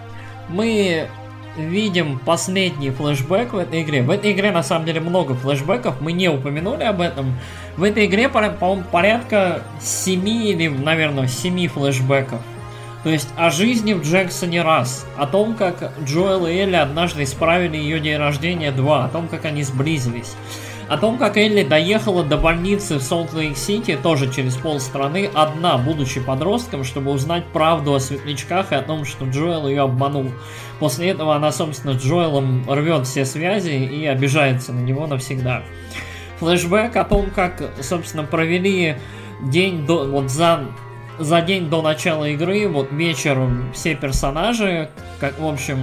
Speaker 2: мы видим последний флешбэк в этой игре. В этой игре на самом деле много флешбэков, мы не упомянули об этом. В этой игре, по-моему, порядка семи или, наверное, семи флешбэков. То есть о жизни в Джексоне раз, о том, как Джоэл и Элли однажды исправили ее день рождения два, о том, как они сблизились. О том, как Элли доехала до больницы в Солт-Лейк-Сити, тоже через полстраны, одна, будучи подростком, чтобы узнать правду о светлячках и о том, что Джоэл ее обманул. После этого она, собственно, с Джоэлом рвет все связи и обижается на него навсегда. Флэшбэк о том, как, собственно, провели день до, вот за, за день до начала игры, вот вечером все персонажи, как, в общем...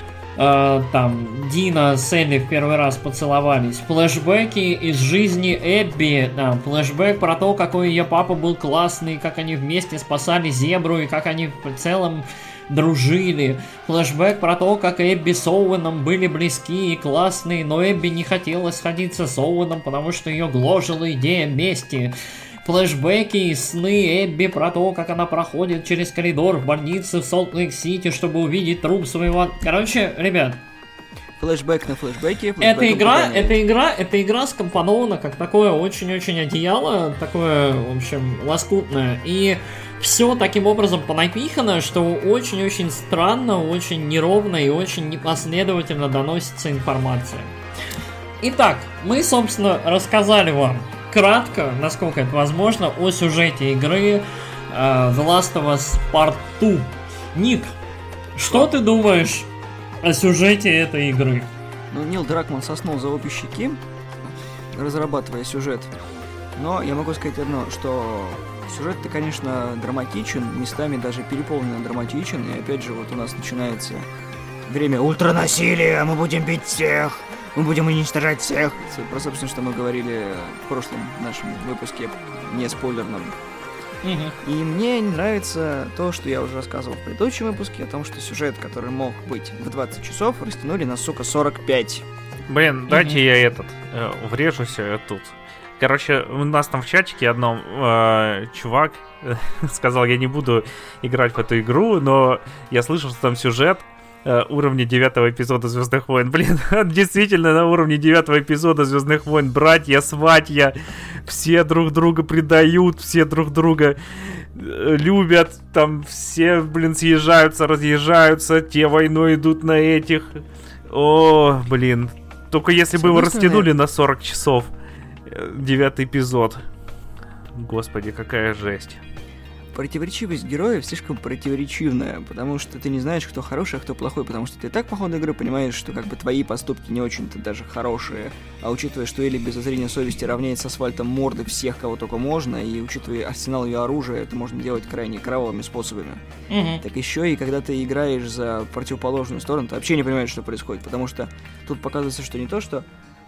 Speaker 2: Uh, там Дина с Элли в первый раз поцеловались. Флэшбэки из жизни Эбби. Да, флэшбэк про то, какой ее папа был классный, как они вместе спасали зебру и как они в целом дружили. Флэшбэк про то, как Эбби с Оуэном были близки и классные, но Эбби не хотела сходиться с Оуэном, потому что ее гложила идея мести. Флэшбэки и сны Эбби про то, как она проходит через коридор в больнице в Солт-Лейк-Сити, чтобы увидеть труп своего... Короче, ребят...
Speaker 3: Флэшбэк на флэшбэке.
Speaker 2: Эта игра, эта игра, эта игра скомпонована как такое очень-очень одеяло, такое, в общем, лоскутное. И все таким образом понапихано, что очень-очень странно, очень неровно и очень непоследовательно доносится информация. Итак, мы, собственно, рассказали вам кратко, насколько это возможно, о сюжете игры uh, The Last of Us Part два. Ник, что ты думаешь о сюжете этой игры?
Speaker 3: Ну, Нил Дракман соснул за обе щеки, разрабатывая сюжет. Но я могу сказать одно, что сюжет-то, конечно, драматичен, местами даже переполненно драматичен. И опять же, вот у нас начинается время ультранасилия, мы будем бить всех, мы будем уничтожать всех. Про, собственно, что мы говорили в прошлом нашем выпуске, не спойлерном. Uh-huh. И мне нравится то, что я уже рассказывал в предыдущем выпуске, о том, что сюжет, который мог быть в двадцать часов, растянули на, сука, сорок пять.
Speaker 1: Блин, дайте uh-huh. я этот, э, врежусь э, тут. Короче, у нас там в чатике одном э, чувак э, сказал, я не буду играть в эту игру, но я слышал, что там сюжет уровня девятого эпизода Звездных войн. Блин, действительно на уровне девятого эпизода Звездных войн. Братья, сватья, все друг друга предают, все друг друга любят, там все, блин, съезжаются, разъезжаются, те войной идут на этих. О, блин. Только если бы его растянули на сорок часов, девятый эпизод. Господи, какая жесть.
Speaker 3: Противоречивость героев слишком противоречивная, потому что ты не знаешь, кто хороший, а кто плохой, потому что ты и так по ходу игры понимаешь, что как бы твои поступки не очень-то даже хорошие, а учитывая, что Элли без зазрения совести равняет с асфальтом морды всех, кого только можно, и учитывая арсенал ее оружия, это можно делать крайне кровавыми способами. Mm-hmm. Так еще и когда ты играешь за противоположную сторону, ты вообще не понимаешь, что происходит, потому что тут показывается, что не то, что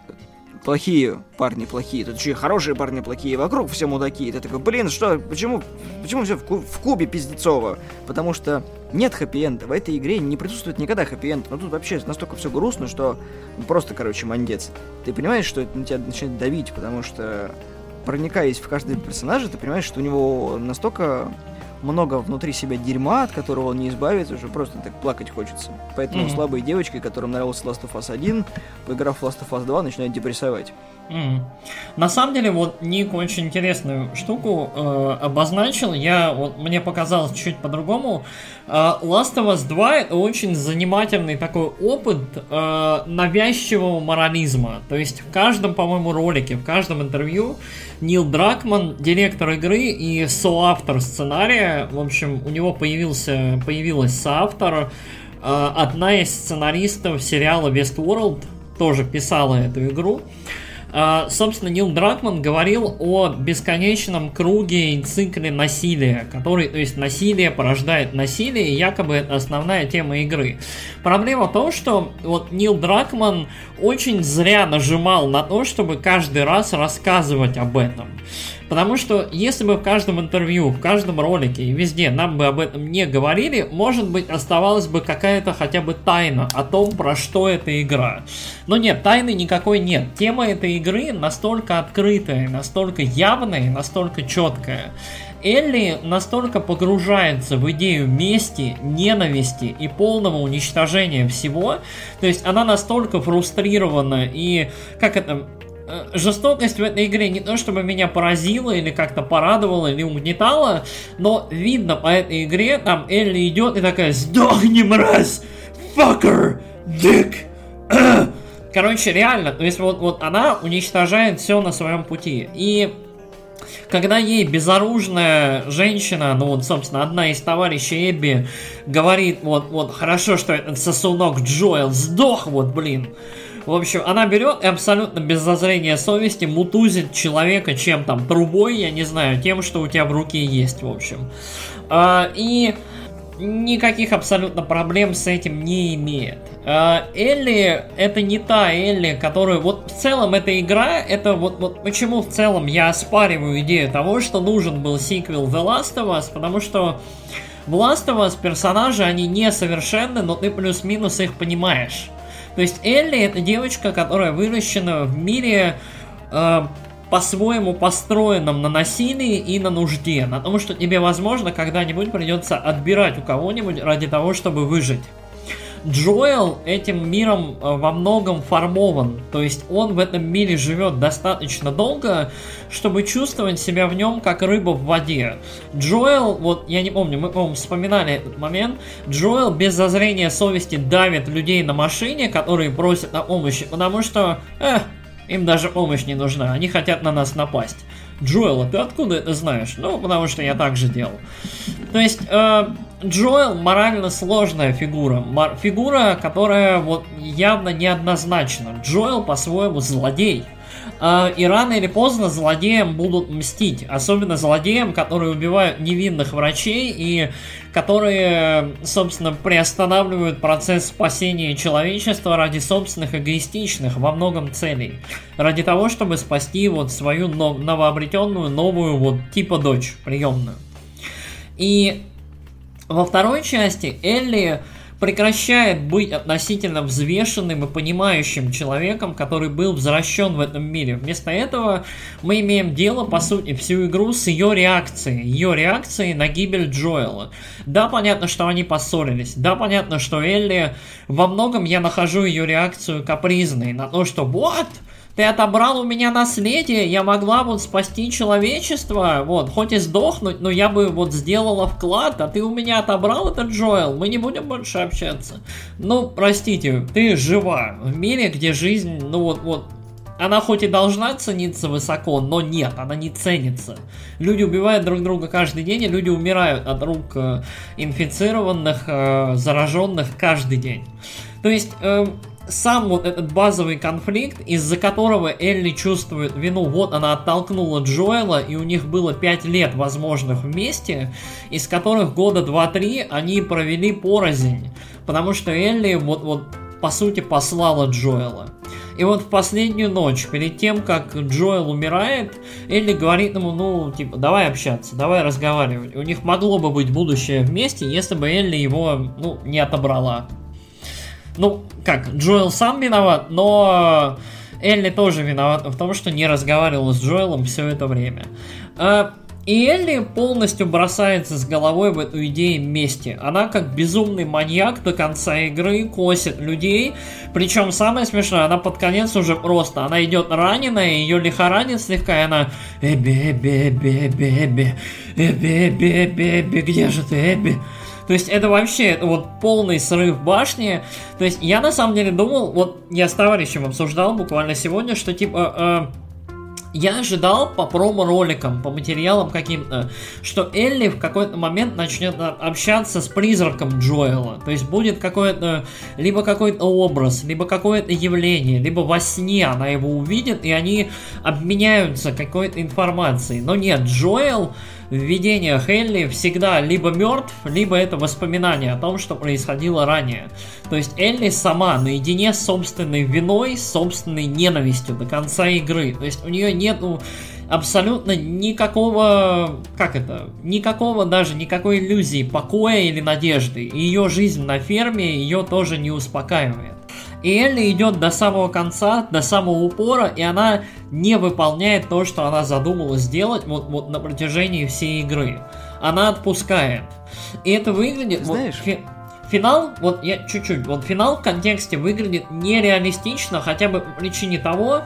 Speaker 3: плохие парни плохие, тут еще и хорошие парни плохие, вокруг все мудаки. И ты такой, блин, что, почему, почему все в, ку- в кубе пиздецово? Потому что нет хэппи-энда, в этой игре не присутствует никогда хэппи-энд, но тут вообще настолько все грустно, что просто, короче, мандец. Ты понимаешь, что это на тебя начинает давить, потому что, проникаясь в каждого персонажа, ты понимаешь, что у него настолько много внутри себя дерьма, от которого он не избавится, уже просто так плакать хочется. Поэтому mm-hmm. слабые девочки, которым нравился Last of Us один, поиграв в Last of Us два, начинают депрессовать.
Speaker 2: Mm. На самом деле, вот Ник очень интересную штуку э, обозначил. Я, вот, мне показалось чуть по-другому. Э, Last of Us два — это очень занимательный такой опыт э, навязчивого морализма. То есть в каждом, по-моему, ролике, в каждом интервью Нил Дракман, директор игры и соавтор сценария, в общем, у него появился, появилась соавтор, э, одна из сценаристов сериала Westworld, тоже писала эту игру. Uh, собственно, Нил Дракман говорил о бесконечном круге и цикле насилия, который, то есть насилие порождает насилие, и якобы это основная тема игры. Проблема в том, что вот Нил Дракман очень зря нажимал на то, чтобы каждый раз рассказывать об этом. Потому что если бы в каждом интервью, в каждом ролике и везде нам бы об этом не говорили, может быть, оставалась бы какая-то хотя бы тайна о том, про что эта игра. Но нет, тайны никакой нет. Тема этой игры настолько открытая, настолько явная, настолько четкая. Элли настолько погружается в идею мести, ненависти и полного уничтожения всего. То есть она настолько фрустрирована и, как это... жестокость в этой игре не то чтобы меня поразила или как-то порадовала или угнетала, но видно по этой игре, там Элли идет и такая: «Сдохни, мразь! Fucker! Dick!» Короче, реально, то есть вот, вот она уничтожает все на своем пути. И когда ей безоружная женщина, ну вот, собственно, одна из товарищей Эбби говорит: вот, вот, хорошо, что этот сосунок Джоэл сдох, вот, блин. В общем, она берет и абсолютно без зазрения совести мутузит человека чем там, трубой, я не знаю, тем, что у тебя в руке есть, в общем. А, и никаких абсолютно проблем с этим не имеет. А, Элли — это не та Элли, которую... Вот в целом эта игра, это вот, вот почему в целом я оспариваю идею того, что нужен был сиквел The Last of Us, потому что в Last of Us персонажи, они несовершенны, но ты плюс-минус их понимаешь. То есть Элли — это девочка, которая выращена в мире э, по-своему построенном на насилии и на нужде. На том, что тебе, возможно, когда-нибудь придется отбирать у кого-нибудь ради того, чтобы выжить. Джоэл этим миром во многом формован. То есть он в этом мире живет достаточно долго, чтобы чувствовать себя в нем как рыба в воде. Джоэл, вот я не помню, мы, по-моему, вспоминали этот момент. Джоэл без зазрения совести давит людей на машине, которые просят о помощи, потому что э, им даже помощь не нужна, они хотят на нас напасть. Джоэл, а ты откуда это знаешь? Ну, потому что я так же делал. То есть, э, Джоэл морально сложная фигура. Мор- фигура, которая вот явно неоднозначна. Джоэл по-своему злодей. Э, и рано или поздно злодеям будут мстить. Особенно злодеям, которые убивают невинных врачей и которые, собственно, приостанавливают процесс спасения человечества ради собственных эгоистичных во многом целей. Ради того, чтобы спасти вот свою нов- новообретенную новую вот типа дочь приемную. И во второй части Элли прекращает быть относительно взвешенным и понимающим человеком, который был возвращен в этом мире. Вместо этого мы имеем дело, по сути, всю игру с ее реакцией. Ее реакцией на гибель Джоэла. Да, понятно, что они поссорились. Да, понятно, что Элли... Во многом я нахожу ее реакцию капризной на то, что «Вот! ты отобрал у меня наследие, я могла вот спасти человечество, вот, хоть и сдохнуть, но я бы вот сделала вклад, а ты у меня отобрал этот Джоэл, мы не будем больше общаться. Ну, простите, ты жива в мире, где жизнь, ну вот, вот, она хоть и должна цениться высоко, но нет, она не ценится. Люди убивают друг друга каждый день, и люди умирают от рук э, инфицированных, э, зараженных каждый день. То есть, э, сам вот этот базовый конфликт, из-за которого Элли чувствует вину, вот она оттолкнула Джоэла, и у них было пять лет возможных вместе, из которых года два-три они провели порознь, потому что Элли вот, вот по сути послала Джоэла. И вот в последнюю ночь, перед тем, как Джоэл умирает, Элли говорит ему, ну, типа, давай общаться, давай разговаривать. У них могло бы быть будущее вместе, если бы Элли его, ну, не отобрала. Ну, как, Джоэл сам виноват, но Элли тоже виновата в том, что не разговаривала с Джоэлом все это время. И Элли полностью бросается с головой в эту идею мести. Она как безумный маньяк до конца игры косит людей. Причем самое смешное, она под конец уже просто, она идет раненая, ее лихорадит слегка, и она Эбби, Эбби, Эбби, Эбби, Эбби, Эбби, Эбби, Эбби, Эбби, где же ты, Эбби? То есть это вообще это вот полный срыв башни. То есть я на самом деле думал, вот я с товарищем обсуждал буквально сегодня, что типа... Э, Я ожидал по промо-роликам, по материалам каким-то, что Элли в какой-то момент начнет общаться с призраком Джоэла. То есть будет какой-то, либо какой-то образ, либо какое-то явление, либо во сне она его увидит, и они обменяются какой-то информацией. Но нет, Джоэл в видениях Элли всегда либо мертв, либо это воспоминание о том, что происходило ранее. То есть Элли сама наедине с собственной виной, с собственной ненавистью до конца игры. То есть у нее нету абсолютно никакого, как это, никакого даже, никакой иллюзии покоя или надежды. И ее жизнь на ферме ее тоже не успокаивает. И Элли идет до самого конца, до самого упора, и она не выполняет то, что она задумала сделать вот, вот на протяжении всей игры. Она отпускает. И это выглядит...
Speaker 3: Знаешь...
Speaker 2: Вот, фи- финал, вот я чуть-чуть, вот финал в контексте выглядит нереалистично, хотя бы по причине того,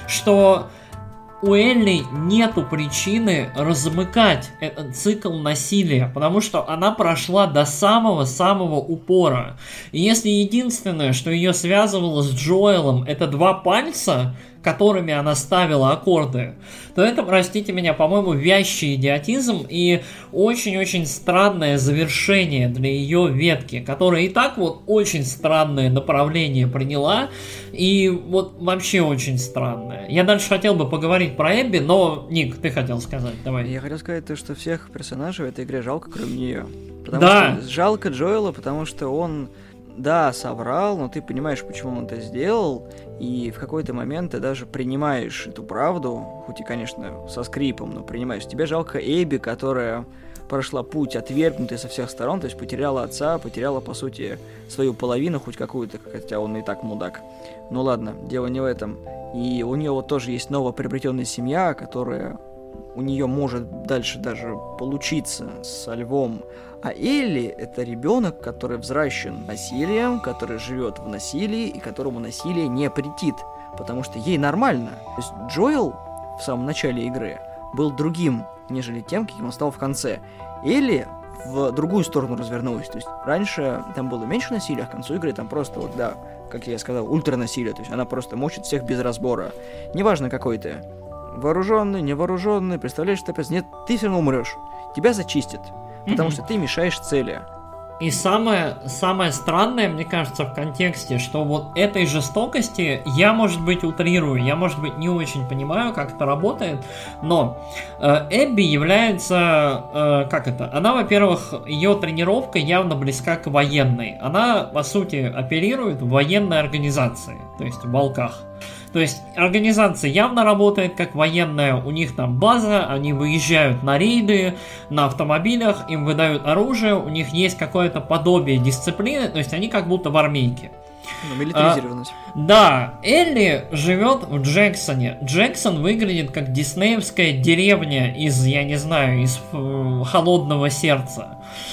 Speaker 2: что у Элли нету причины размыкать этот цикл насилия, потому что она прошла до самого-самого упора. И если единственное, что ее связывало с Джоэлом, это два пальца, которыми она ставила аккорды, то это, простите меня, по-моему, вязчий идиотизм и очень-очень странное завершение для ее ветки, которая и так вот очень странное направление приняла, и вот вообще очень странное. Я дальше хотел бы поговорить про Эбби, но, Ник, ты хотел сказать, давай.
Speaker 3: Я хотел сказать то, что всех персонажей в этой игре жалко, кроме нее. Потому
Speaker 2: да.
Speaker 3: что жалко Джоэла, потому что он... Да, соврал, но ты понимаешь, почему он это сделал, и в какой-то момент ты даже принимаешь эту правду, хоть и, конечно, со скрипом, но принимаешь. Тебе жалко Эбби, которая прошла путь отвергнутый со всех сторон, то есть потеряла отца, потеряла, по сути, свою половину, хоть какую-то, хотя он и так мудак. Ну ладно, дело не в этом. И у нее вот тоже есть новоприобретенная семья, которая у нее может дальше даже получиться со львом. А Элли — это ребенок, который взращен насилием, который живет в насилии и которому насилие не претит, потому что ей нормально. То есть Джоэл в самом начале игры был другим, нежели тем, каким он стал в конце. Элли в другую сторону развернулась. То есть раньше там было меньше насилия, а к концу игры там просто, вот да, как я сказал, ультранасилие. То есть она просто мочит всех без разбора. Неважно, какой ты. Вооруженный, невооруженный, представляешь, что опять нет, ты все равно умрешь. Тебя зачистят. Потому mm-hmm. что ты мешаешь цели.
Speaker 2: И самое, самое странное, мне кажется, в контексте, что вот этой жестокости я, может быть, утрирую, я, может быть, не очень понимаю, как это работает, но э, Эбби является, э, как это, она, во-первых, ее тренировка явно близка к военной. Она, по сути, оперирует в военной организации, то есть в волках. То есть организация явно работает как военная, у них там база, они выезжают на рейды, на автомобилях, им выдают оружие, у них есть какое-то подобие дисциплины, то есть они как будто в армейке.
Speaker 3: Ну, милитаризированность.
Speaker 2: А, да, Элли живет в Джексоне. Джексон выглядит как диснеевская деревня из, я не знаю, из э, «Холодного сердца».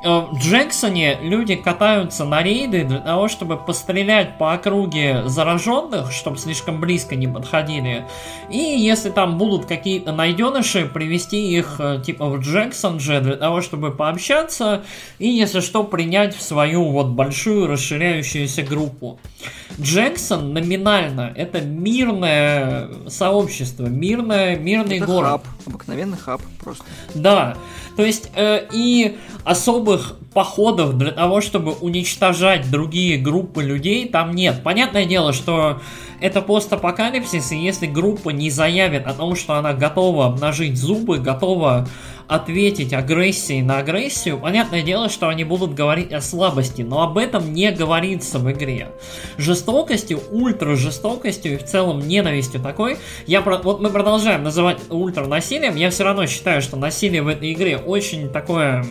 Speaker 2: в Джексоне люди катаются на рейды для того, чтобы пострелять по округе зараженных, чтобы слишком близко не подходили. И если там будут какие-то найденыши, привести их типа в Джексон же для того, чтобы пообщаться и, если что, принять в свою вот большую расширяющуюся группу. Джексон номинально это мирное сообщество, мирное, мирный
Speaker 3: это
Speaker 2: город.
Speaker 3: Хаб, обыкновенный хаб просто.
Speaker 2: Да, то есть э, и особых походов для того, чтобы уничтожать другие группы людей там нет. Понятное дело, что это постапокалипсис, и если группа не заявит о том, что она готова обнажить зубы, готова ответить агрессией на агрессию, понятное дело, что они будут говорить о слабости, но об этом не говорится в игре. Жестокостью, ультра-жестокостью и в целом ненавистью такой, я, вот мы продолжаем называть ультра-насилием, я все равно считаю, что насилие в этой игре очень такое...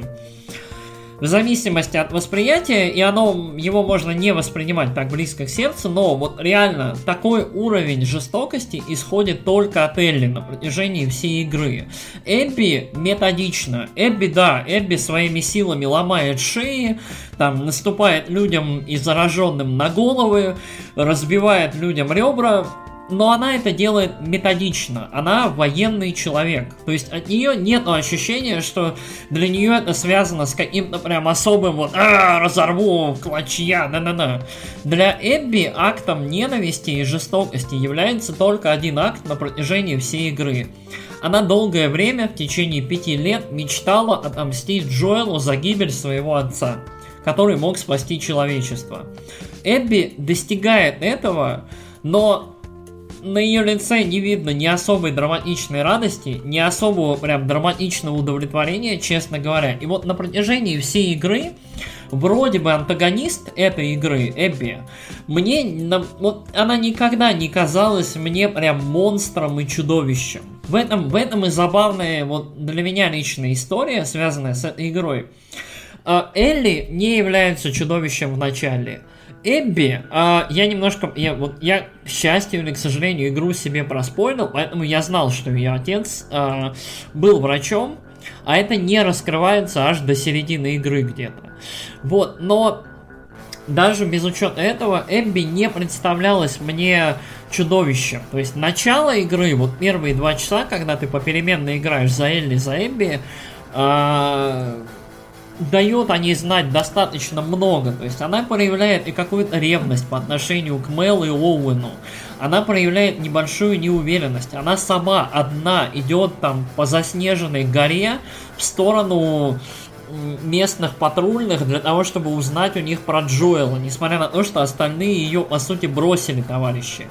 Speaker 2: в зависимости от восприятия, и оно, его можно не воспринимать так близко к сердцу, но вот реально такой уровень жестокости исходит только от Элли на протяжении всей игры. Эбби методично. Эбби, да, Эбби своими силами ломает шеи, там наступает людям и зараженным на головы, разбивает людям ребра, но она это делает методично. Она военный человек. То есть от нее нет ощущения, что для нее это связано с каким-то прям особым вот а, разорву в клочья, да-да-да. Для Эбби актом ненависти и жестокости является только один акт на протяжении всей игры. Она долгое время, в течение пяти лет, мечтала отомстить Джоэлу за гибель своего отца, который мог спасти человечество. Эбби достигает этого, но на ее лице не видно ни особой драматичной радости, ни особого прям драматичного удовлетворения, честно говоря. И вот на протяжении всей игры, вроде бы антагонист этой игры, Эбби, мне, вот она никогда не казалась мне прям монстром и чудовищем. В этом, в этом и забавная вот для меня личная история, связанная с этой игрой. Элли не является чудовищем в начале. Эбби, э, я немножко, я, вот, я, к счастью или к сожалению, игру себе проспойлил, поэтому я знал, что ее отец э, был врачом, а это не раскрывается аж до середины игры где-то. Вот, но даже без учета этого, Эбби не представлялась мне чудовищем. То есть начало игры, вот первые два часа, когда ты попеременно играешь за Элли, за Эбби, э, дает о ней знать достаточно много. То есть она проявляет и какую-то ревность по отношению к Мел и Оуэну. Она проявляет небольшую неуверенность. Она сама одна идет там по заснеженной горе в сторону местных патрульных для того, чтобы узнать у них про Джоэла, несмотря на то, что остальные ее, по сути, бросили, товарищи.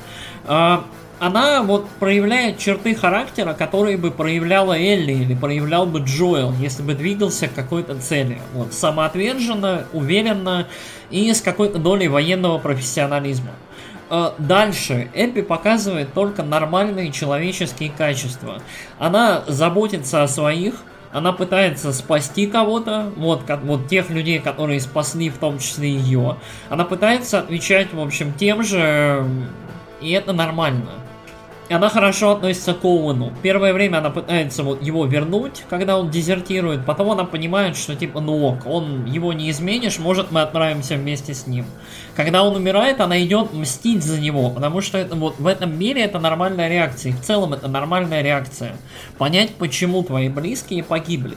Speaker 2: Она вот проявляет черты характера, которые бы проявляла Элли или проявлял бы Джоэл, если бы двигался к какой-то цели. Вот, самоотверженно, уверенно и с какой-то долей военного профессионализма. Дальше Эбби показывает только нормальные человеческие качества. Она заботится о своих, она пытается спасти кого-то, вот, как, вот тех людей, которые спасли в том числе ее. Она пытается отвечать, в общем, тем же, и это нормально. Она хорошо относится к Оуэну. Первое время она пытается вот его вернуть, когда он дезертирует. Потом она понимает, что типа, ну ок, он, его не изменишь, может мы отправимся вместе с ним. Когда он умирает, она идет мстить за него, потому что это, вот, в этом мире это нормальная реакция. И в целом это нормальная реакция. Понять, почему твои близкие погибли.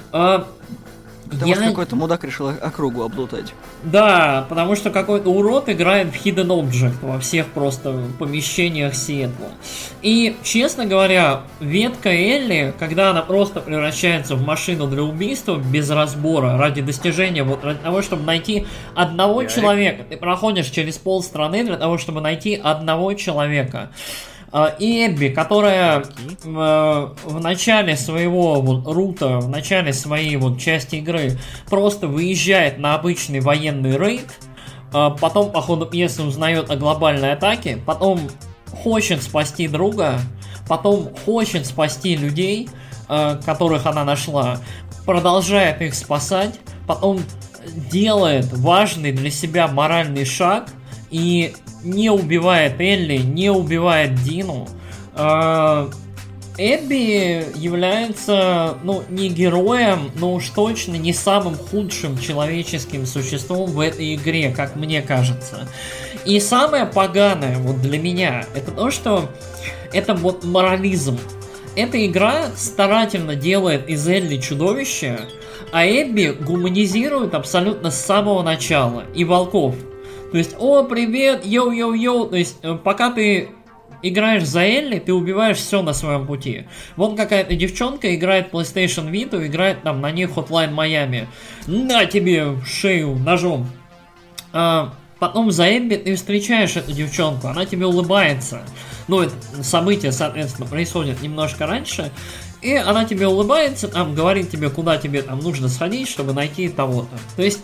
Speaker 3: Потому я... что какой-то мудак решил округу облутать.
Speaker 2: Да, потому что какой-то урод играет в Hidden Object во всех просто помещениях Сиэтла. И, честно говоря, ветка Элли, когда она просто превращается в машину для убийства без разбора, ради достижения, вот ради того, чтобы найти одного Ярик. человека. Ты проходишь через полстраны для того, чтобы найти одного человека. И Эбби, которая в, в начале своего вот рута, в начале своей вот части игры просто выезжает на обычный военный рейд, потом по ходу пьесы узнает о глобальной атаке, потом хочет спасти друга, потом хочет спасти людей, которых она нашла, продолжает их спасать, потом делает важный для себя моральный шаг и не убивает Элли, не убивает Дину. Эбби является, ну, не героем, но уж точно не самым худшим человеческим существом в этой игре, как мне кажется. И самое поганое вот для меня, это то, что это вот морализм. Эта игра старательно делает из Элли чудовище, а Эбби гуманизирует абсолютно с самого начала. И волков. То есть, о, привет, йоу-йоу-йоу. То есть, пока ты играешь за Элли, ты убиваешь все на своем пути. Вон какая-то девчонка играет PlayStation Vita, играет там на ней Hotline Miami. На тебе шею ножом. А потом за Эбби ты встречаешь эту девчонку, она тебе улыбается. Ну, это событие, соответственно, происходит немножко раньше. И она тебе улыбается, там, говорит тебе, куда тебе там нужно сходить, чтобы найти того-то. То есть,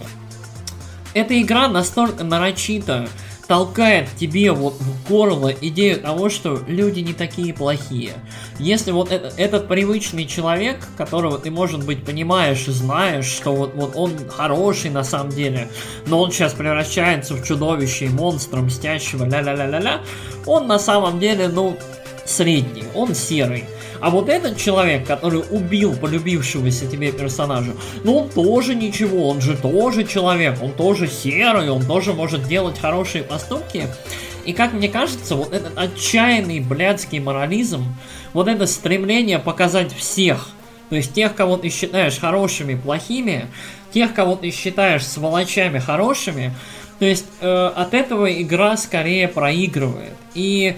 Speaker 2: эта игра настолько нарочито толкает тебе вот в горло идею того, что люди не такие плохие. Если вот это, этот привычный человек, которого ты, может быть, понимаешь и знаешь, что вот, вот он хороший на самом деле, но он сейчас превращается в чудовище и монстра мстящего, ля-ля-ля-ля-ля, он на самом деле, ну, средний, он серый. А вот этот человек, который убил полюбившегося тебе персонажа, ну он тоже ничего, он же тоже человек, он тоже серый, он тоже может делать хорошие поступки. И как мне кажется, вот этот отчаянный блядский морализм, вот это стремление показать всех, то есть тех, кого ты считаешь хорошими, плохими, тех, кого ты считаешь сволочами, хорошими, то есть э, от этого игра скорее проигрывает. И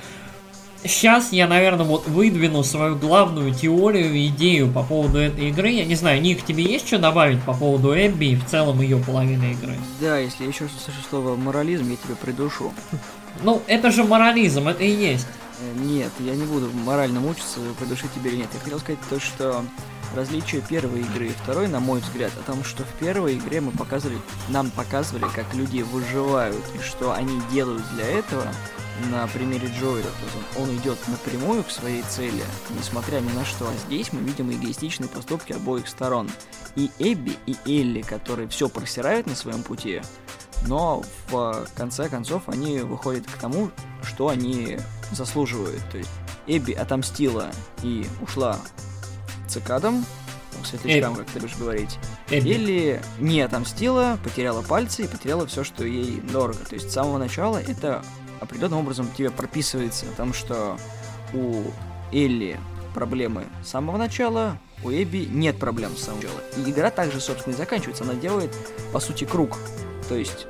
Speaker 2: сейчас я, наверное, вот выдвину свою главную теорию и идею по поводу этой игры. Я не знаю, Ник, тебе есть что добавить по поводу Эбби и в целом ее половины игры?
Speaker 3: Да, если еще раз услышу слово морализм, я тебя придушу.
Speaker 2: Ну, это же морализм, это и есть.
Speaker 3: Нет, я не буду морально мучиться, придушить тебя или нет. Я хотел сказать то, что различие первой игры и второй, на мой взгляд, о том, что в первой игре мы показывали, нам показывали, как люди выживают и что они делают для этого. На примере Джоэля, он, он идет напрямую к своей цели, несмотря ни на что. А здесь мы видим эгоистичные поступки обоих сторон. И Эбби, и Элли, которые все просирают на своем пути, но в конце концов они выходят к тому, что они заслуживают. То есть Эбби отомстила и ушла цикадам, светлячкам, как ты будешь говорить. Эбби. Элли не отомстила, потеряла пальцы и потеряла все, что ей дорого. То есть с самого начала это определенным образом тебе прописывается, потому что у Элли проблемы с самого начала, у Эбби нет проблем с самого начала. И игра также, собственно, и заканчивается. Она делает, по сути, круг. То есть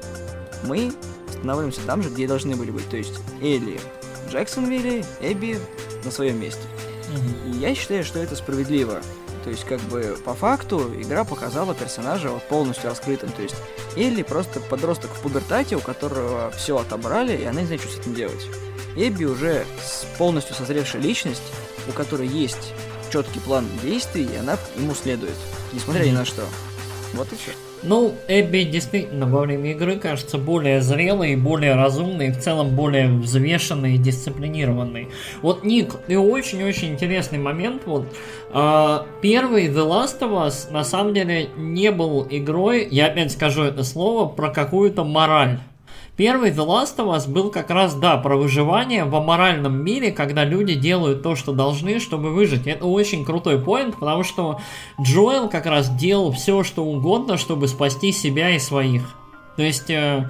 Speaker 3: мы останавливаемся там же, где и должны были быть. То есть Элли в Джексонвилле, Эбби на своем месте. Mm-hmm. И я считаю, что это справедливо. То есть, как бы, по факту, игра показала персонажа вот полностью раскрытым. То есть, Элли просто подросток в пубертате, у которого все отобрали, и она не знает, что с этим делать. Эбби уже полностью созревшая личность, у которой есть четкий план действий, и она ему следует, несмотря ни на что. Вот и все.
Speaker 2: Ну, Эбби действительно во время игры кажется более зрелой, более разумной, и в целом более взвешенной и дисциплинированной. Вот, Ник, и очень-очень интересный момент. Вот э, первый The Last of Us на самом деле не был игрой, я опять скажу это слово, про какую-то мораль. Первый The Last of Us был как раз, да, про выживание в аморальном мире, когда люди делают то, что должны, чтобы выжить. Это очень крутой поинт, потому что Джоэл как раз делал все, что угодно, чтобы спасти себя и своих. То есть э,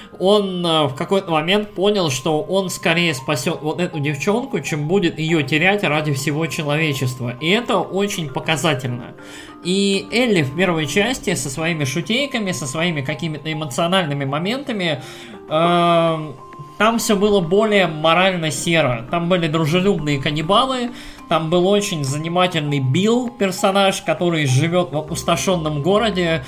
Speaker 2: он э, в какой-то момент понял, что он скорее спасет вот эту девчонку, чем будет ее терять ради всего человечества. И это очень показательно. И Элли в первой части со своими шутейками, со своими какими-то эмоциональными моментами, э, там все было более морально серо. Там были дружелюбные каннибалы, там был очень занимательный Билл, персонаж, который живет в опустошенном городе.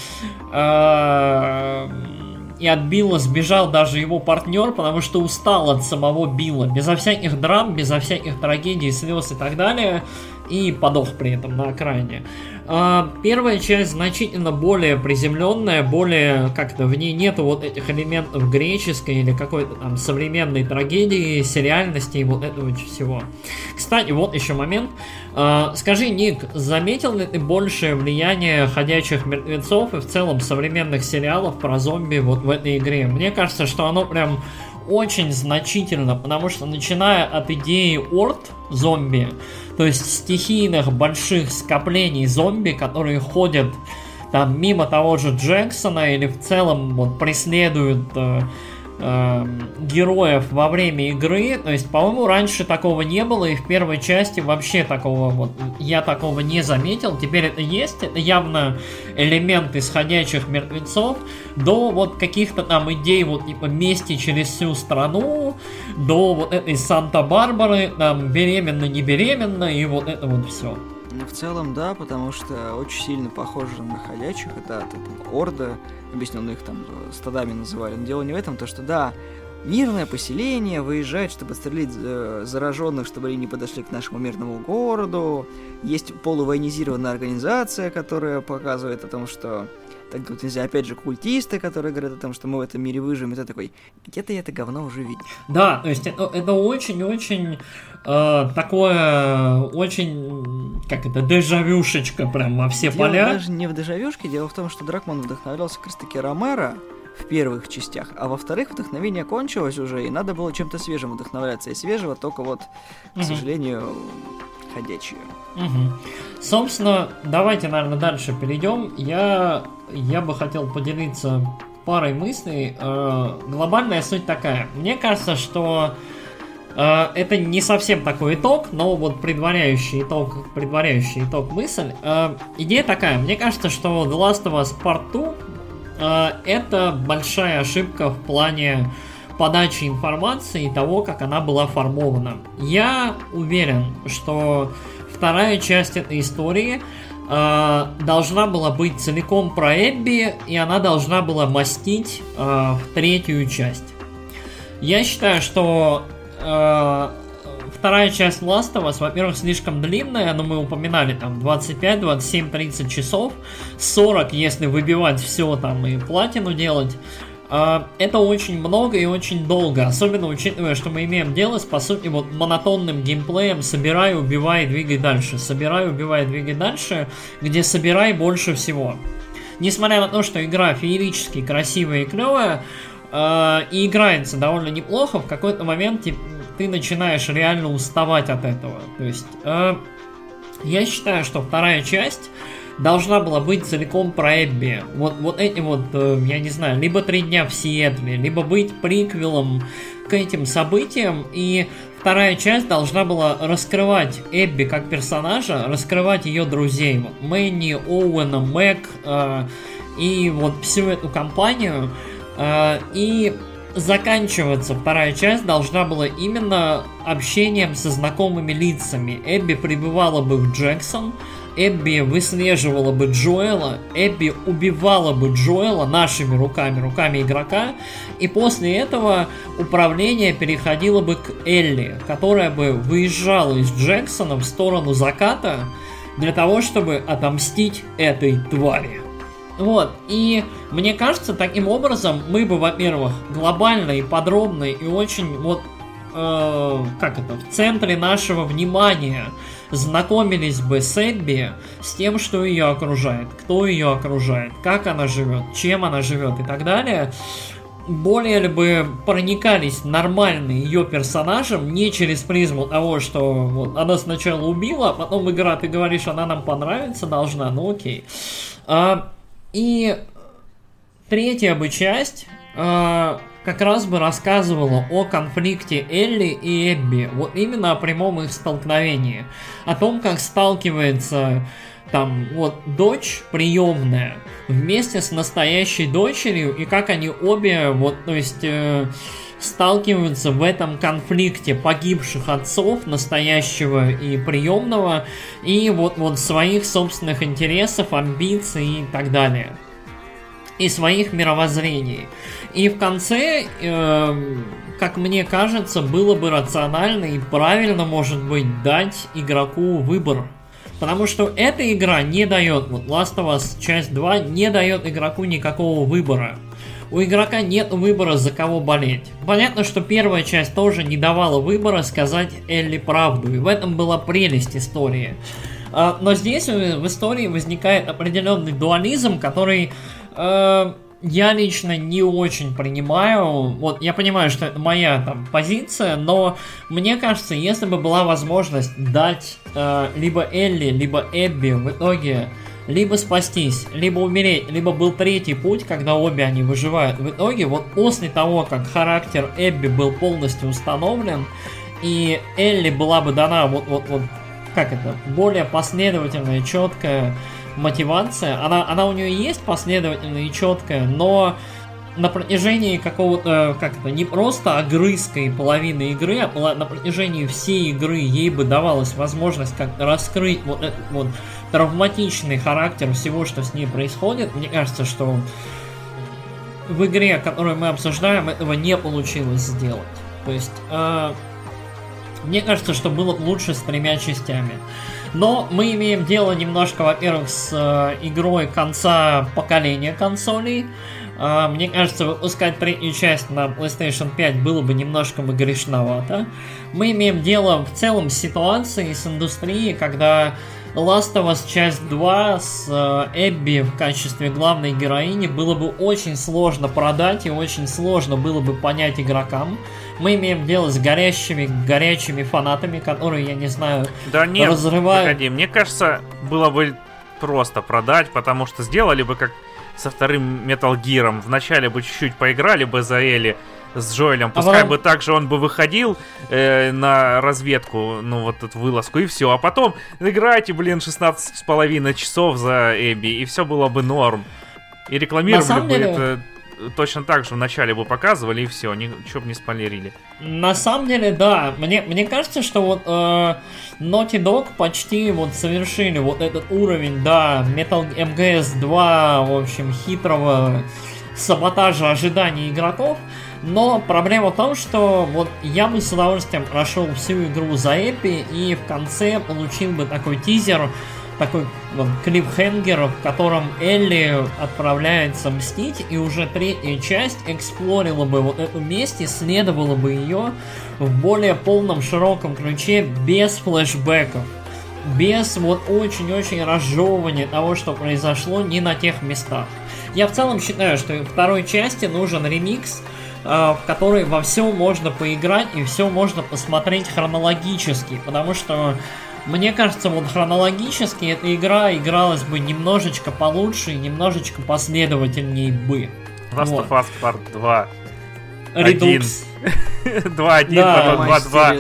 Speaker 2: Э, и от Билла сбежал даже его партнер, потому что устал от самого Билла. Безо всяких драм, безо всяких трагедий, слез и так далее. И подох при этом на окраине. Первая часть значительно более приземленная, более как-то в ней нету вот этих элементов греческой или какой-то там современной трагедии, сериальности и вот этого всего. Кстати, вот еще момент. Скажи, Ник, заметил ли ты большее влияние «Ходячих мертвецов» и в целом современных сериалов про зомби вот в этой игре? Мне кажется, что оно прям очень значительно, потому что начиная от идеи орд зомби, то есть стихийных больших скоплений зомби, которые ходят там мимо того же Джексона или в целом вот преследуют э, э, героев во время игры. То есть, по-моему, раньше такого не было, и в первой части вообще такого вот я такого не заметил. Теперь это есть, это явно элемент исходящих мертвецов, до вот каких-то там идей вот типа мести через всю страну, до вот этой Санта-Барбары, там беременна, не беременна, и вот это вот все.
Speaker 3: Ну, в целом, да, потому что очень сильно похоже на ходячих. Это, это там, орда, объясненно их там стадами называли. Но дело не в этом, то что, да, мирное поселение выезжает, чтобы стрелять э, зараженных, чтобы они не подошли к нашему мирному городу. Есть полувоенизированная организация, которая показывает о том, что... Так вот, нельзя, опять же, культисты, которые говорят о том, что мы в этом мире выживем, и ты такой, где-то я это говно уже видел.
Speaker 2: Да, то есть это, это очень-очень э, такое, очень, как это, дежавюшечка прям во все
Speaker 3: дело
Speaker 2: поля.
Speaker 3: Даже не в дежавюшке, дело в том, что Дракман вдохновлялся как раз-таки Ромеро в первых частях, а во-вторых, вдохновение кончилось уже, и надо было чем-то свежим вдохновляться, и свежего только вот, к угу. сожалению, ходячие.
Speaker 2: Угу. Собственно, давайте, наверное, дальше перейдем. Я, я бы хотел поделиться парой мыслей. Э, глобальная суть такая. Мне кажется, что э, это не совсем такой итог, но вот предваряющий итог, предваряющий итог мысль. Э, идея такая. Мне кажется, что The Last of Us Part два э, это большая ошибка в плане подачи информации и того, как она была формована. Я уверен, что вторая часть этой истории э, должна была быть целиком про Эбби, и она должна была мостить э, в третью часть. Я считаю, что э, вторая часть Last of Us, во-первых, слишком длинная, но мы упоминали там двадцать пять, двадцать семь, тридцать часов, сорок, если выбивать все там и платину делать. Это очень много и очень долго, особенно учитывая, что мы имеем дело с, по сути, вот монотонным геймплеем «собирай, убивай, двигай дальше», «собирай, убивай, двигай дальше», где «собирай» больше всего. Несмотря на то, что игра феерически красивая и клевая, э, и играется довольно неплохо, в какой-то момент ты, ты начинаешь реально уставать от этого. То есть, э, я считаю, что вторая часть должна была быть целиком про Эбби. Вот, вот эти вот, э, я не знаю, либо три дня в Сиэтле, либо быть приквелом к этим событиям. И вторая часть должна была раскрывать Эбби как персонажа, раскрывать ее друзей. Вот, Мэнни, Оуэна, Мэг э, и вот всю эту компанию. Э, и заканчиваться вторая часть должна была именно общением со знакомыми лицами. Эбби прибывала бы в Джексон, Эбби выслеживала бы Джоэла, Эбби убивала бы Джоэла нашими руками, руками игрока, и после этого управление переходило бы к Элли, которая бы выезжала из Джексона в сторону заката для того, чтобы отомстить этой твари. Вот, и мне кажется, таким образом мы бы, во-первых, глобально и подробно и очень вот, э, как это, в центре нашего внимания знакомились бы с Эбби, с тем, что ее окружает, кто ее окружает, как она живет, чем она живет и так далее. Более ли бы проникались нормально ее персонажем, не через призму того, что вот, она сначала убила, а потом игра, ты говоришь, она нам понравится, должна, ну окей. А, и третья бы часть а, как раз бы рассказывала о конфликте Элли и Эбби, вот именно о прямом их столкновении, о том, как сталкивается там вот дочь приемная вместе с настоящей дочерью, и как они обе вот, то есть э, сталкиваются в этом конфликте погибших отцов, настоящего и приемного, и вот, вот своих собственных интересов, амбиций и так далее, и своих мировоззрений. И в конце, э, как мне кажется, было бы рационально и правильно, может быть, дать игроку выбор. Потому что эта игра не дает, вот Last of Us часть два не дает игроку никакого выбора. У игрока нет выбора, за кого болеть. Понятно, что первая часть тоже не давала выбора сказать Элли правду, и в этом была прелесть истории. Но здесь в истории возникает определенный дуализм, который... Э, я лично не очень принимаю. Вот я понимаю, что это моя там позиция, но мне кажется, если бы была возможность дать э, либо Элли, либо Эбби в итоге либо спастись, либо умереть, либо был третий путь, когда обе они выживают. В итоге, вот после того, как характер Эбби был полностью установлен, и Элли была бы дана вот, вот, вот, как это, более последовательная, четкая мотивация. Она, она у нее есть последовательная и четкая, но на протяжении какого-то, как это, не просто огрызкой половины игры, а на протяжении всей игры ей бы давалась возможность как-то раскрыть вот этот вот травматичный характер всего, что с ней происходит. Мне кажется, что в игре, которую мы обсуждаем, этого не получилось сделать. То есть, э, мне кажется, что было бы лучше с тремя частями. Но мы имеем дело немножко, во-первых, с э, игрой конца поколения консолей. Э, мне кажется, выпускать третью часть на PlayStation пять было бы немножко бы грешновато. Мы имеем дело в целом с ситуацией, с индустрией, когда Last of Us часть два с э, Эбби в качестве главной героини было бы очень сложно продать и очень сложно было бы понять игрокам. Мы имеем дело с горящими, горячими фанатами, которые, я не знаю,
Speaker 1: да нет,
Speaker 2: разрывают...
Speaker 1: погоди, мне кажется, было бы просто продать, потому что сделали бы как со вторым Metal Gear'ом. Вначале бы чуть-чуть поиграли бы за Элли с Джоэлем, пускай а бы так же он бы выходил э, на разведку, ну вот эту вылазку, и все. А потом играйте, блин, шестнадцать с половиной часов за Эбби, и все было бы норм. И рекламировали бы деле... это точно так же вначале бы показывали, и все, ничего бы не спойлерили.
Speaker 2: На самом деле, да, мне, мне кажется, что вот э, Naughty Dog почти вот совершили вот этот уровень, да, Metal эм джи эс два, в общем, хитрого саботажа ожиданий игроков. Но проблема в том, что вот я бы с удовольствием прошел всю игру за Эпи и в конце получил бы такой тизер, такой вот, клипхенгер, в котором Элли отправляется мстить, и уже третья часть эксплорила бы вот эту месть, исследовала бы ее в более полном, широком ключе, без флешбеков, без вот очень-очень разжевывания того, что произошло не на тех местах. Я в целом считаю, что в второй части нужен ремикс, в который во все можно поиграть и все можно посмотреть хронологически, потому что мне кажется, вот хронологически эта игра игралась бы немножечко получше и немножечко последовательнее бы.
Speaker 1: Last
Speaker 2: вот.
Speaker 1: of Us Part два.
Speaker 2: Redux.
Speaker 1: два один, потом два два.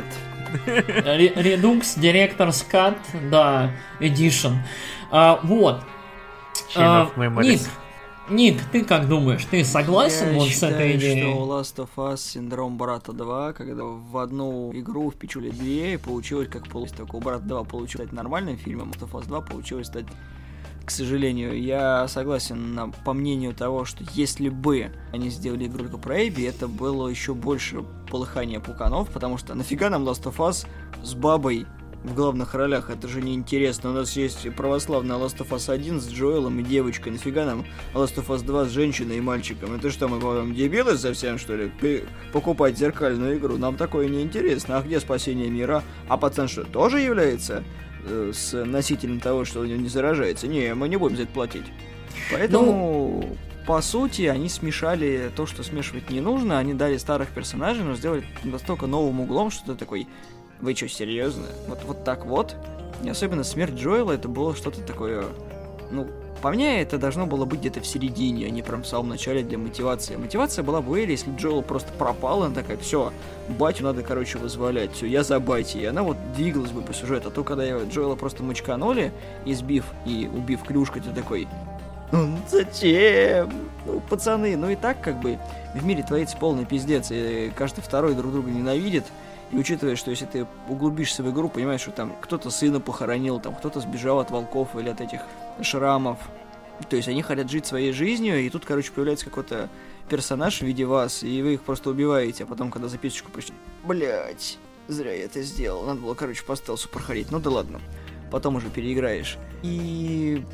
Speaker 2: Redux Director's Cut, да, Edition. А, вот. А, Ник, Ник, ты как думаешь, ты согласен
Speaker 3: Я
Speaker 2: вот
Speaker 3: считаю,
Speaker 2: с этой идеей?
Speaker 3: что Last of Us синдром Брата два, когда в одну игру впечули две, и получилось как получилось. Только у Брата два получилось стать нормальным фильмом, Last of Us два получилось стать, к сожалению. Я согласен на, по мнению того, что если бы они сделали игру только про Эбби, это было еще больше полыхания пуканов, потому что нафига нам Last of Us с бабой в главных ролях, это же неинтересно. У нас есть православная Last of Us один с Джоэлом и девочкой. Нафига нам Last of Us два с женщиной и мальчиком? Это что, мы, по-моему, дебилы совсем, что ли? Покупать зеркальную игру? Нам такое неинтересно. А где спасение мира? А пацан что, тоже является э, с носителем того, что он не заражается? Не, мы не будем за это платить. Поэтому... Ну... По сути, они смешали то, что смешивать не нужно. Они дали старых персонажей, но сделали настолько новым углом, что ты такой... Вы что, серьезно? Вот, вот так вот? И особенно смерть Джоэла, это было что-то такое... Ну, по мне, это должно было быть где-то в середине, а не прям в самом начале для мотивации. Мотивация была бы Элли, если Джоэл просто пропала, она такая, все, батю надо, короче, вызволять, все, я за батей. И она вот двигалась бы по сюжету. А то, когда Джоэла просто мочканули, избив и убив клюшкой, ты такой... Ну, зачем? Ну, пацаны, ну и так, как бы, в мире творится полный пиздец, и каждый второй друг друга ненавидит. И учитывая, что если ты углубишься в игру, понимаешь, что там кто-то сына похоронил, там кто-то сбежал от волков или от этих шрамов. То есть они хотят жить своей жизнью, и тут, короче, появляется какой-то персонаж в виде вас, и вы их просто убиваете, а потом, когда записочку пришли, блять, зря я это сделал. Надо было, короче, по стелсу проходить. Ну да ладно. Потом уже переиграешь. И...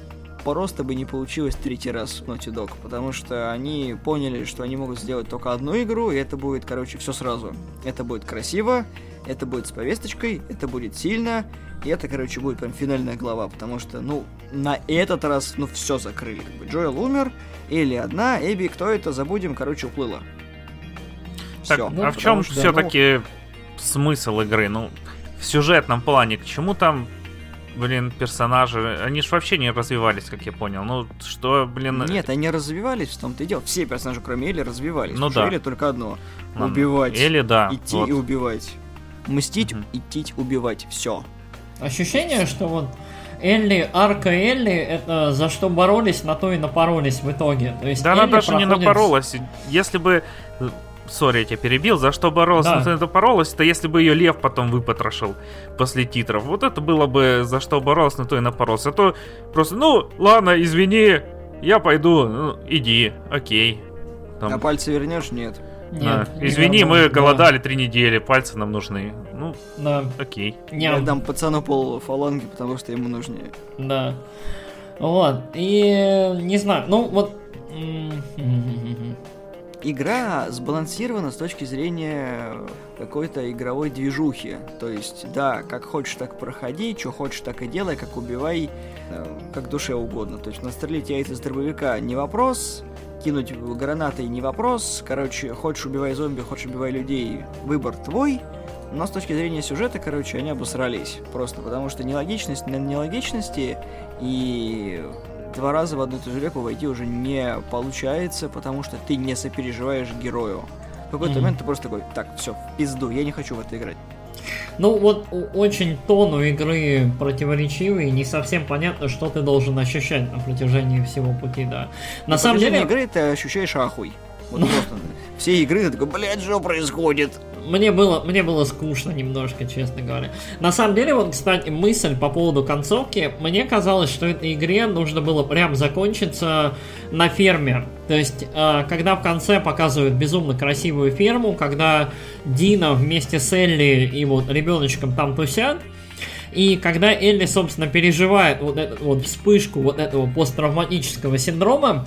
Speaker 3: просто бы не получилось третий раз в Naughty Dog, потому что они поняли, что они могут сделать только одну игру, и это будет, короче, все сразу. Это будет красиво, это будет с повесточкой, это будет сильно, и это, короче, будет прям финальная глава, потому что, ну, на этот раз, ну, все закрыли. Как бы Джоэл умер, Элли одна, Эбби, кто это, забудем, короче, уплыла.
Speaker 1: Так,
Speaker 3: Всё.
Speaker 1: а
Speaker 3: Ну,
Speaker 1: в чем
Speaker 3: что,
Speaker 1: все-таки ну... смысл игры? Ну, в сюжетном плане, к чему там, блин, персонажи? Они ж вообще не развивались, как я понял. Ну, что, блин...
Speaker 3: Нет, они развивались, в том-то и дело. Все персонажи, кроме Элли, развивались.
Speaker 1: Ну да.
Speaker 3: Элли только одно.
Speaker 1: Ладно.
Speaker 3: Убивать.
Speaker 1: Элли, да.
Speaker 3: Идти
Speaker 1: вот.
Speaker 3: и убивать. Мстить,
Speaker 1: Угу.
Speaker 3: идти, убивать. Все.
Speaker 2: Ощущение, что вот Элли, арка Элли, это за что боролись, на то и напоролись в итоге. То есть
Speaker 1: Да
Speaker 2: Элли
Speaker 1: она даже
Speaker 2: проходит...
Speaker 1: не напоролась. Если бы... Сори, я тебя перебил. За что боролась,
Speaker 2: да.
Speaker 1: на то и напоролась, это если бы ее лев потом выпотрошил после титров. Вот это было бы за что боролась, на то и напоролся. А то просто, ну, ладно, извини, я пойду. Ну, иди, окей. Там...
Speaker 3: А пальцы вернешь? Нет.
Speaker 2: Нет,
Speaker 1: А,
Speaker 2: не
Speaker 1: извини,
Speaker 2: верну.
Speaker 1: мы
Speaker 2: Да.
Speaker 1: голодали три недели, пальцы нам нужны. Ну,
Speaker 2: Да.
Speaker 1: окей.
Speaker 3: Я
Speaker 2: Ням.
Speaker 3: дам пацану пол фаланги, потому что ему нужнее.
Speaker 2: Да. Вот. И не знаю, ну вот.
Speaker 3: Игра сбалансирована с точки зрения какой-то игровой движухи. То есть, да, как хочешь, так проходи, что хочешь, так и делай, как убивай, э, как душе угодно. То есть, настрелить яйца из дробовика не вопрос, кинуть гранаты не вопрос. Короче, хочешь убивай зомби, хочешь убивай людей, выбор твой. Но с точки зрения сюжета, короче, они обосрались. Просто потому что нелогичность на нелогичности, и два раза в одну и ту же реку войти уже не получается, потому что ты не сопереживаешь герою. В какой-то mm-hmm. момент ты просто такой, так, все, в пизду, я не хочу в это играть.
Speaker 2: Ну вот очень тон у игры противоречивый, не совсем понятно, что ты должен ощущать на протяжении всего пути, да. На, на самом деле...
Speaker 3: игры ты ощущаешь ахуй. Вот просто. Все игры ты такой, блядь, что происходит?
Speaker 2: Мне было, мне было скучно немножко, честно говоря. На самом деле, вот, кстати, мысль по поводу концовки. Мне казалось, что этой игре нужно было прям закончиться на ферме. То есть, э, когда в конце показывают безумно красивую ферму, когда Дина вместе с Элли и вот ребеночком там тусят, и когда Элли, собственно, переживает вот эту вот вспышку вот этого посттравматического синдрома,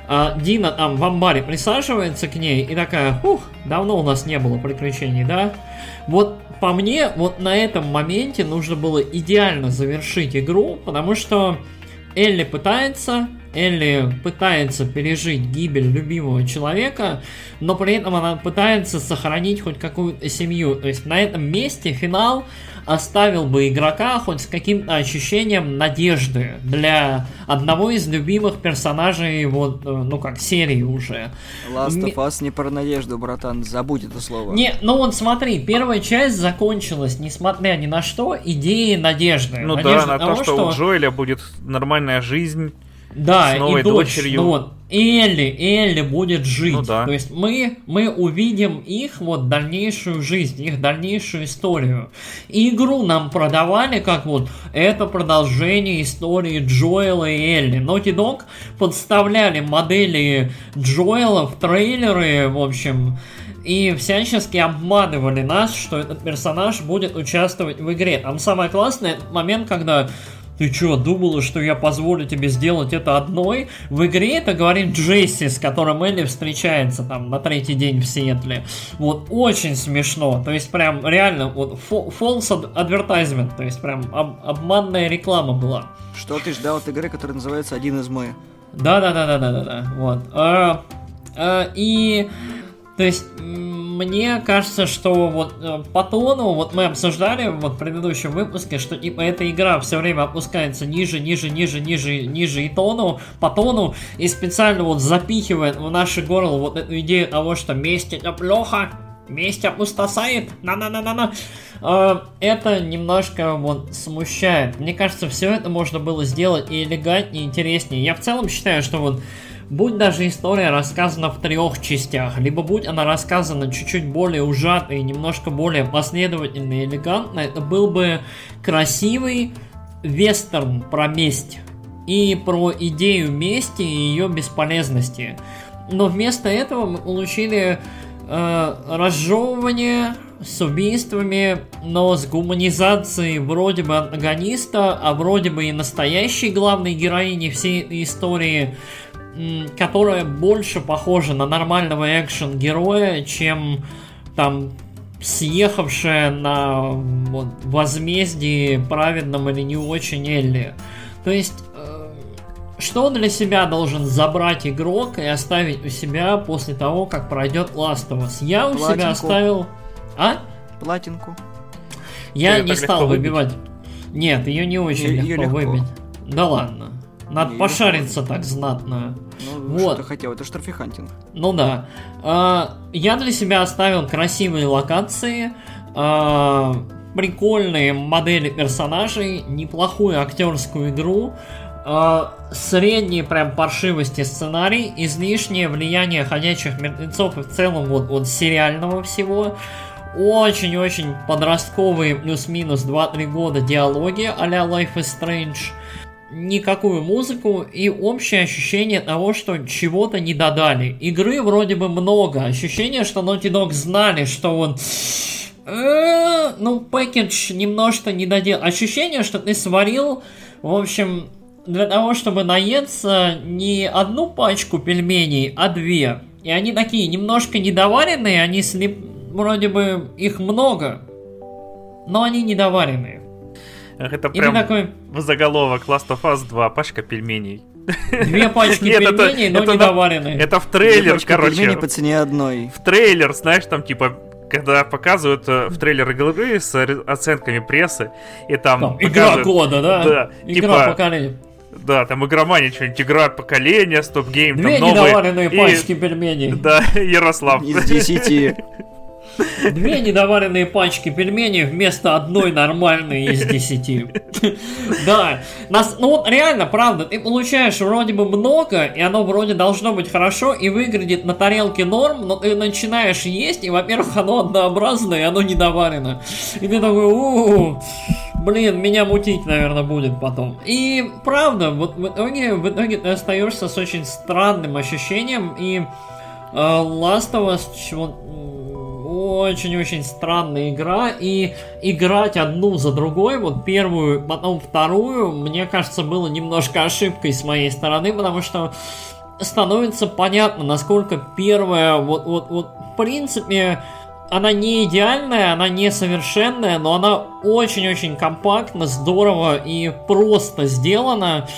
Speaker 2: а Дина там в амбаре присаживается к ней и такая, ух, давно у нас не было приключений, да? Вот по мне, вот на этом моменте нужно было идеально завершить игру, потому что Элли пытается, Элли пытается пережить гибель любимого человека, но при этом она пытается сохранить хоть какую-то семью. То есть на этом месте финал оставил бы игрока хоть с каким-то ощущением надежды для одного из любимых персонажей, вот, ну как, серии уже.
Speaker 3: Last of Us не про надежду, братан, забудь это слово.
Speaker 2: Не, ну вот смотри, первая часть закончилась, несмотря ни на что, идеей надежды.
Speaker 1: Ну
Speaker 2: Надежда
Speaker 1: да, на
Speaker 2: того,
Speaker 1: то, что, что у Джоэля будет нормальная жизнь.
Speaker 2: Да,
Speaker 1: с новой
Speaker 2: и дочь,
Speaker 1: дочерью.
Speaker 2: Ну вот, Элли, Элли будет жить.
Speaker 1: Ну, да.
Speaker 2: То есть мы, мы увидим их вот дальнейшую жизнь, их дальнейшую историю. И игру нам продавали как вот это продолжение истории Джоэла и Элли. Naughty Dog подставляли модели Джоэла в трейлеры, в общем, и всячески обманывали нас, что этот персонаж будет участвовать в игре. Там самое классное этот момент, когда... Ты чё, думала, что я позволю тебе сделать это одной? В игре это говорит Джесси, с которым Элли встречается там на третий день в Сиэтле. Вот, очень смешно. То есть, прям, реально, вот, false advertisement. То есть, прям, об- обманная реклама была.
Speaker 3: Что ты ждал от игры, которая называется «Один из мы»?
Speaker 2: Да-да-да-да-да-да, вот. А, а, и... То есть, мне кажется, что вот э, по тону, вот мы обсуждали вот в предыдущем выпуске, что типа эта игра все время опускается ниже, ниже, ниже, ниже, ниже и тону, по тону, и специально вот запихивает в наше горло вот эту идею того, что месть это плохо, месть опустошает, на-на-на-на-на. Э, это немножко вот смущает. Мне кажется, все это можно было сделать и элегантнее, и интереснее. Я в целом считаю, что вот будь даже история рассказана в трех частях, либо будь она рассказана чуть-чуть более ужато и немножко более последовательно и элегантно, это был бы красивый вестерн про месть и про идею мести и ее бесполезности. Но вместо этого мы получили э, разжевывание, с убийствами, но с гуманизацией вроде бы антагониста, а вроде бы и настоящей главной героини всей этой истории, которая больше похожа на нормального экшен-героя, чем там съехавшая на вот, возмездии праведном или не очень Элли. То есть, э, что он для себя должен забрать игрок и оставить у себя после того, как пройдет Last of Us? Я у Платинку. себя оставил... А?
Speaker 3: Платинку.
Speaker 2: Я не стал выбивать. Нет, ее не очень ее, легко, ее легко выбить. Да ладно. Надо не, пошариться так знатно.
Speaker 3: Ну, вот. Что ты хотел, это ж трофи-хантинг.
Speaker 2: Ну да. А, я для себя оставил красивые локации, а, прикольные модели персонажей, неплохую актерскую игру, а, средней прям паршивости сценарий, излишнее влияние ходячих мертвецов и в целом вот, вот сериального всего. Очень-очень подростковые плюс-минус два-три года диалоги а-ля Life is Strange. Никакую музыку и общее ощущение того, что чего-то не додали. Игры вроде бы много. Ощущение, что Naughty Dog знали, что он... Ну, пэкэдж немножко не доделал. Ощущение, что ты сварил, в общем, для того, чтобы наесться не одну пачку пельменей, а две. И они такие немножко недоваренные, они слеп... вроде бы их много, но они недоваренные.
Speaker 1: Это прям такой... в заголовок Last of Us два, пачка пельменей.
Speaker 2: Две пачки Нет, пельменей, это, но это недоваренные.
Speaker 1: Это в трейлер, короче.
Speaker 3: Пельмени по цене одной.
Speaker 1: В трейлер, знаешь, там типа, когда показывают в трейлер игры с оценками прессы, и там...
Speaker 2: там игра года, да?
Speaker 1: Да.
Speaker 2: Игра
Speaker 1: типа,
Speaker 2: поколения.
Speaker 1: Да, там игромания, что-нибудь, игра поколения, стоп-гейм,
Speaker 2: Две
Speaker 1: там новые...
Speaker 2: недоваренные и... пачки пельменей.
Speaker 1: Да, Ярослав.
Speaker 3: Из десяти.
Speaker 2: Две недоваренные пачки пельменей вместо одной нормальной из десяти. Да. Нас, ну вот реально, правда, ты получаешь вроде бы много, и оно вроде должно быть хорошо, и выглядит на тарелке норм, но ты начинаешь есть, и, во-первых, оно однообразное, и оно недоварено. И ты такой, у-у-у, блин, меня мутить, наверное, будет потом. И правда, вот в итоге, в итоге ты остаешься с очень странным ощущением, и э, Last of Us, чего... очень-очень странная игра, и играть одну за другой, вот первую, потом вторую, мне кажется, было немножко ошибкой с моей стороны, потому что становится понятно, насколько первая, вот, вот, вот, в принципе, она не идеальная, она не совершенная, но она очень-очень компактно, здорово и просто сделана.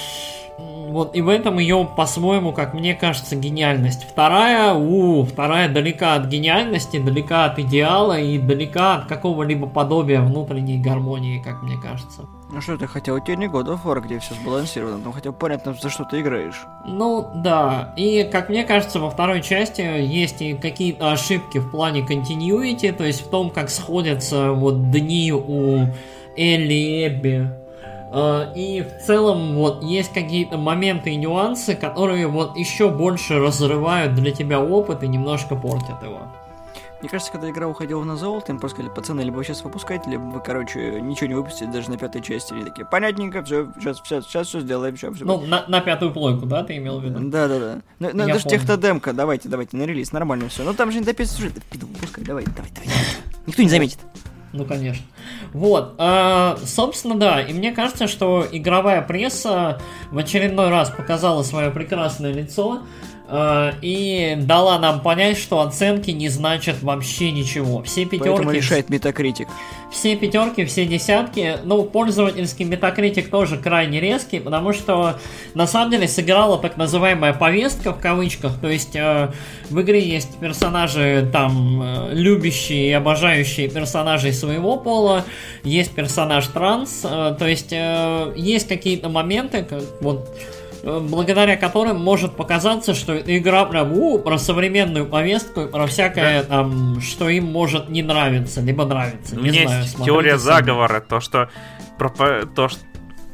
Speaker 2: Вот, и в этом ее, по-своему, как мне кажется, гениальность. Вторая, у, вторая далека от гениальности, далека от идеала и далека от какого-либо подобия внутренней гармонии, как мне кажется.
Speaker 3: Ну что ты хотел? У тебя не God of War, где все сбалансировано, там хотя бы понятно, за что ты играешь.
Speaker 2: Ну, да. И, как мне кажется, во второй части есть и какие-то ошибки в плане continuity, то есть в том, как сходятся вот дни у Элли и Эбби. Uh, и в целом вот есть какие-то моменты и нюансы, которые вот еще больше разрывают для тебя опыт и немножко портят его.
Speaker 3: Мне кажется, когда игра уходила на золото, им просто сказали, пацаны, либо вы сейчас выпускаете, либо вы, короче, ничего не выпустите даже на пятой части. Они такие, понятненько, все, сейчас, сейчас, сейчас все сделаем. Все, все.
Speaker 2: Ну, на, на пятую плойку, да, ты имел в виду?
Speaker 3: Да-да-да. Ну, ну даже технодемка, давайте, давайте, на релиз, нормально все. Ну там же не дописано сюжет, выпускай, давай, давай, давай. Никто не заметит.
Speaker 2: Ну, конечно. Вот, а, собственно, да, и мне кажется, что игровая пресса в очередной раз показала свое прекрасное лицо а, и дала нам понять, что оценки не значат вообще ничего. Все пятерки...
Speaker 3: Поэтому решает Metacritic.
Speaker 2: Все пятерки, все десятки, ну, пользовательский Metacritic тоже крайне резкий, потому что, на самом деле, сыграла так называемая повестка, в кавычках, то есть э, в игре есть персонажи, там, э, любящие и обожающие персонажей своего пола, есть персонаж транс, э, то есть э, есть какие-то моменты, как, вот, благодаря которым может показаться, что эта игра прям у, про современную повестку, про всякое, да. Там, что им может не нравиться, либо нравится.
Speaker 1: У меня есть теория заговора, то, что, про, то, что,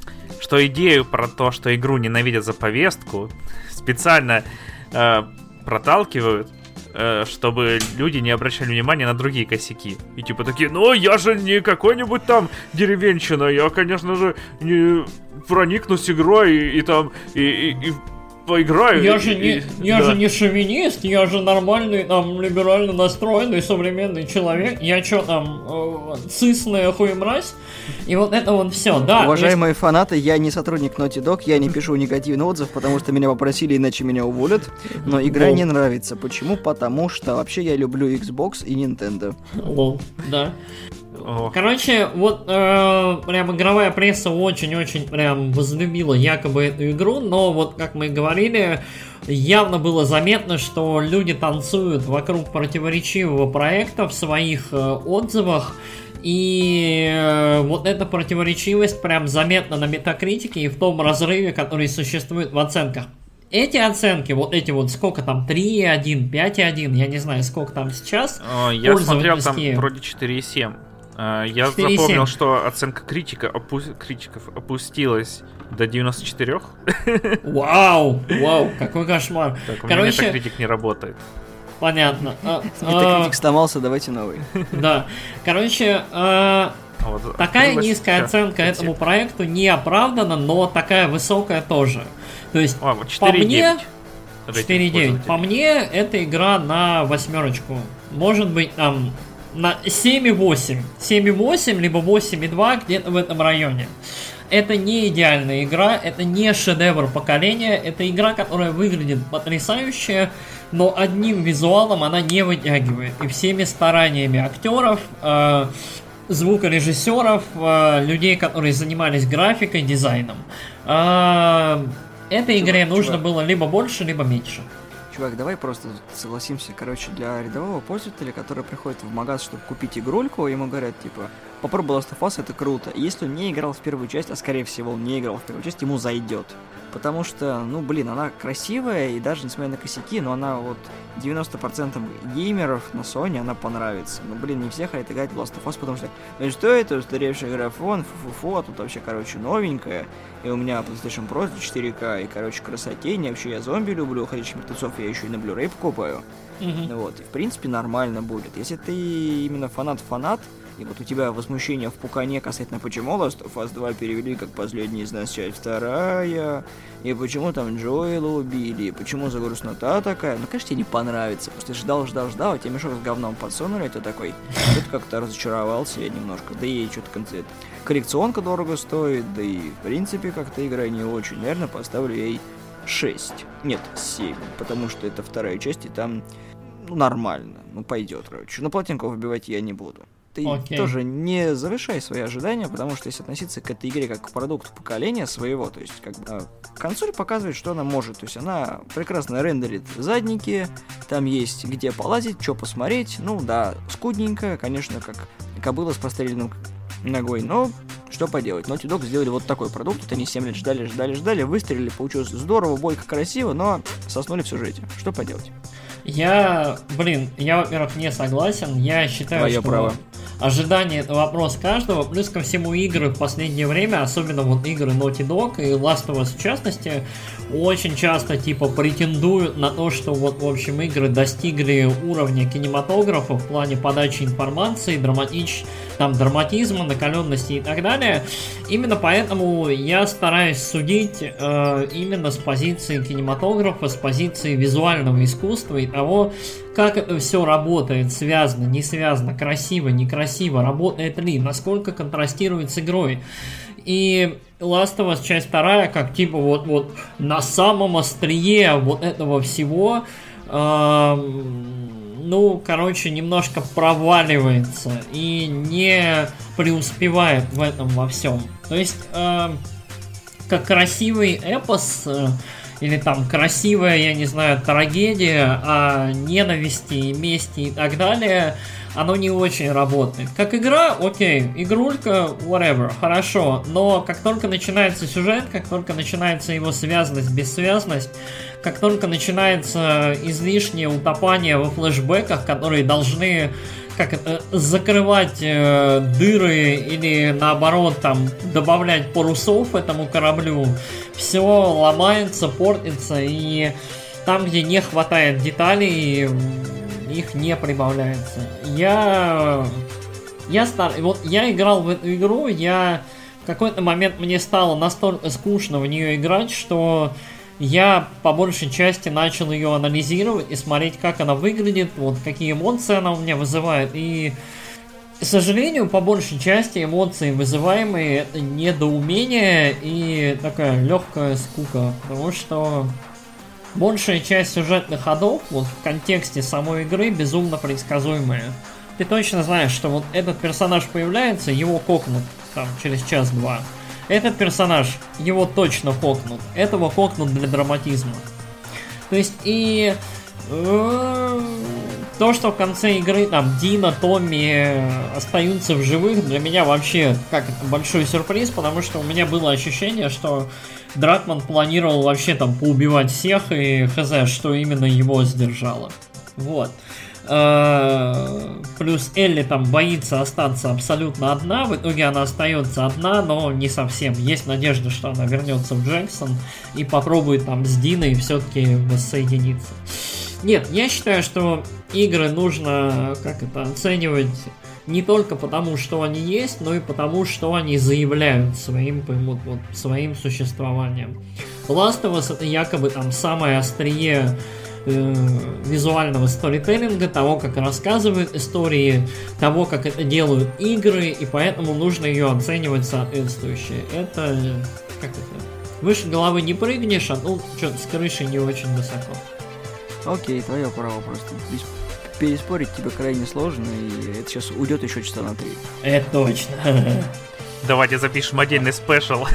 Speaker 1: что идею про то, что игру ненавидят за повестку, специально э, проталкивают, э, чтобы люди не обращали внимания на другие косяки. И типа такие, ну я же не какой-нибудь там деревенщина, я, конечно же, не... проникнусь игрой и, и там и, и, и поиграю.
Speaker 2: Я
Speaker 1: и,
Speaker 2: же не,
Speaker 1: и,
Speaker 2: я
Speaker 1: да.
Speaker 2: же не шовинист, я же нормальный, там, либерально настроенный, современный человек. Я чё там, э, цисная хуемразь? И вот это вот все, да.
Speaker 3: Уважаемые есть... фанаты, я не сотрудник Naughty Dog, я не пишу негативный отзыв, потому что меня попросили, иначе меня уволят. Но игра Лол. не нравится. Почему? Потому что вообще я люблю Xbox и Nintendo.
Speaker 2: Лол, да. Короче, вот э, прям игровая пресса очень-очень прям возлюбила якобы эту игру, но вот как мы и говорили, явно было заметно, что люди танцуют вокруг противоречивого проекта в своих э, отзывах, и э, вот эта противоречивость прям заметна на Метакритике и в том разрыве, который существует в оценках. Эти оценки, вот эти вот, сколько там, три и один, пять и один, я не знаю, сколько там сейчас.
Speaker 1: Я смотрел, там вроде четыре и семь. Я запомнил, что оценка критика опу... критиков опустилась до девяносто четыре.
Speaker 2: Вау, вау, какой кошмар.
Speaker 1: Так, у меня Короче... Метакритик не работает.
Speaker 2: Понятно.
Speaker 3: Метакритик сломался, давайте новый.
Speaker 2: Да, короче, вот, такая низкая сейчас, оценка кстати. этому проекту не оправдана, но такая высокая тоже. То есть, а, вот по мне... четыре и девять. По мне, это игра на восьмерочку. Может быть, там... на семь и восемь. семь и восемь, либо восемь и два, где-то в этом районе. Это не идеальная игра, это не шедевр поколения, это игра, которая выглядит потрясающе, но одним визуалом она не вытягивает. И всеми стараниями актеров, э, звукорежиссеров, э, людей, которые занимались графикой, дизайном, э, этой игре чувак, нужно чувак. было либо больше, либо меньше.
Speaker 3: Чувак, давай просто согласимся, короче, для рядового пользователя, который приходит в магаз, чтобы купить игрульку, ему говорят, типа, попробуй Last of Us, это круто. И если он не играл в первую часть, а скорее всего он не играл в первую часть, ему зайдет. Потому что, ну, блин, она красивая, и даже несмотря на косяки, но она вот девяносто процентов геймеров на Sony, она понравится. Ну, блин, не все хотят играть в Last of Us, потому что, ну что это, устаревший графон, фу-фу-фу, а тут вообще, короче, новенькая. И у меня PlayStation Pro четыре ка, и, короче, красотень, вообще я зомби люблю, ходячих мертвецов я еще и на Blu-ray покупаю. Mm-hmm. Вот, и, в принципе, нормально будет. Если ты именно фанат-фанат, и вот у тебя возмущение в пукане касательно, почему Last of Us два перевели как последний из нас часть вторая, и почему там Джоэла убили, и почему загрустнота такая, ну, конечно, тебе не понравится, потому что ты ждал, ждал, ждал, а тебе мешок с говном подсунули, и ты такой, что-то как-то разочаровался я немножко, да и что-то концерт. Коррекционка дорого стоит, да и, в принципе, как-то игра не очень, наверное, поставлю ей шесть, нет, семь, потому что это вторая часть, и там, ну, нормально, ну, пойдет, короче, но платинку выбивать я не буду. Ты okay. тоже не завышай свои ожидания, потому что если относиться к этой игре как к продукту поколения своего, то есть как бы консоль показывает, что она может, то есть она прекрасно рендерит задники, там есть где полазить, что посмотреть, ну да, скудненько, конечно, как кобыла с простреленным ногой, но что поделать, Naughty Dog сделали вот такой продукт, вот они семь лет ждали, ждали, ждали, выстрелили, получилось здорово, бойко, красиво, но соснули в сюжете, что поделать.
Speaker 2: Я, блин, я, во-первых, не согласен, я считаю, Твое что... право. Ожидание — это вопрос каждого, плюс ко всему игры в последнее время, особенно вот игры Naughty Dog и Last of Us в частности, очень часто типа претендуют на то, что вот в общем игры достигли уровня кинематографа в плане подачи информации, драматич... там драматизма, накаленности и так далее. Именно поэтому я стараюсь судить э, именно с позиции кинематографа, с позиции визуального искусства и того, как это все работает, связано, не связано, красиво, некрасиво, работает ли, насколько контрастирует с игрой. И Last of Us часть вторая, как типа вот, вот на самом острие вот этого всего, э, ну, короче, немножко проваливается и не преуспевает в этом во всем. То есть, э, как красивый эпос, э, или там красивая, я не знаю, трагедия о ненависти, мести и так далее, оно не очень работает. Как игра, окей, игрулька, whatever, хорошо, но как только начинается сюжет, как только начинается его связность, бессвязность, как только начинается излишнее утопание во флешбеках, которые должны как это, закрывать э, дыры или наоборот там добавлять парусов этому кораблю, все ломается, портится, и там, где не хватает деталей, их не прибавляется. Я я стар, вот я играл в эту игру, я в какой-то момент мне стало настолько скучно в нее играть, что я по большей части начал ее анализировать и смотреть, как она выглядит, вот какие эмоции она у меня вызывает. И, к сожалению, по большей части эмоции, вызываемые, это недоумение и такая легкая скука. Потому что большая часть сюжетных ходов вот, в контексте самой игры безумно предсказуемая. Ты точно знаешь, что вот этот персонаж появляется, его кокнут там через час-два. Этот персонаж, его точно хокнут. Этого хокнут для драматизма. То есть и э, то, что в конце игры там Дина, Томми остаются в живых, для меня вообще как большой сюрприз, потому что у меня было ощущение, что Дракман планировал вообще там поубивать всех, и хз, что именно его сдержало. Вот. Плюс Элли там боится остаться абсолютно одна. В итоге она остается одна, но не совсем. Есть надежда, что она вернется в Джексон и попробует там с Диной все-таки воссоединиться. Нет, я считаю, что игры нужно как это оценивать не только потому, что они есть, но и потому, что они заявляют своим, вот, вот, своим существованием. Last of Us — это якобы там самое острие визуального сторителлинга, того, как рассказывают истории, того, как это делают игры, и поэтому нужно ее оценивать соответствующе. Это, как это, выше головы не прыгнешь, а ну, что-то с крыши не очень высоко.
Speaker 3: Окей, твое право просто. Переспорить тебе крайне сложно, и это сейчас уйдет еще часа на три.
Speaker 2: Это точно.
Speaker 1: Давайте запишем отдельный спешл.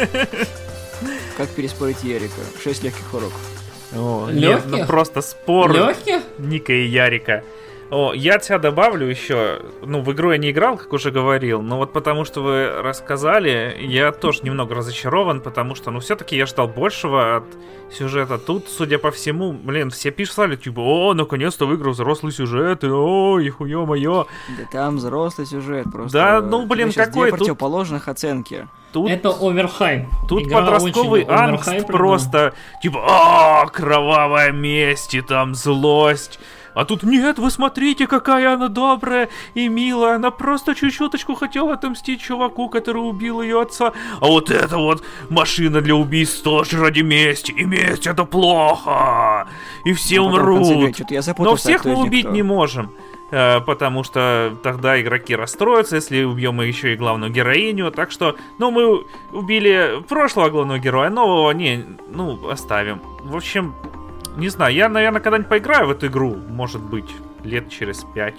Speaker 3: Как переспорить Ярика? Шесть легких уроков.
Speaker 1: О, нет, ну просто спор
Speaker 2: Легких?
Speaker 1: Ника и Ярика. О, я от себя добавлю еще. Ну, в игру я не играл, как уже говорил, но вот потому что вы рассказали, я тоже немного разочарован, потому что, ну, все-таки я ждал большего от сюжета. Тут, судя по всему, блин, все писали, типа, о, наконец-то в игру взрослый сюжет, и о, ихуё моё.
Speaker 3: Да там взрослый сюжет просто.
Speaker 1: Да, ну, блин, какой
Speaker 3: тут... противоположных оценки.
Speaker 2: Тут, это оверхайп.
Speaker 1: Тут игра подростковый ангст просто, типа, а кровавая месть и там злость. А тут нет, вы смотрите, какая она добрая и милая. Она просто чуть-чуточку хотела отомстить чуваку, который убил ее отца. А вот это вот машина для убийств тоже ради мести. И месть — это плохо. И все а умрут.
Speaker 3: Я
Speaker 1: Но всех мы убить не можем. Потому что тогда игроки расстроятся, если убьем еще и главную героиню. Так что, ну, мы убили прошлого главного героя, нового не, ну, оставим. В общем, не знаю, я, наверное, когда-нибудь поиграю в эту игру, может быть, лет через пять.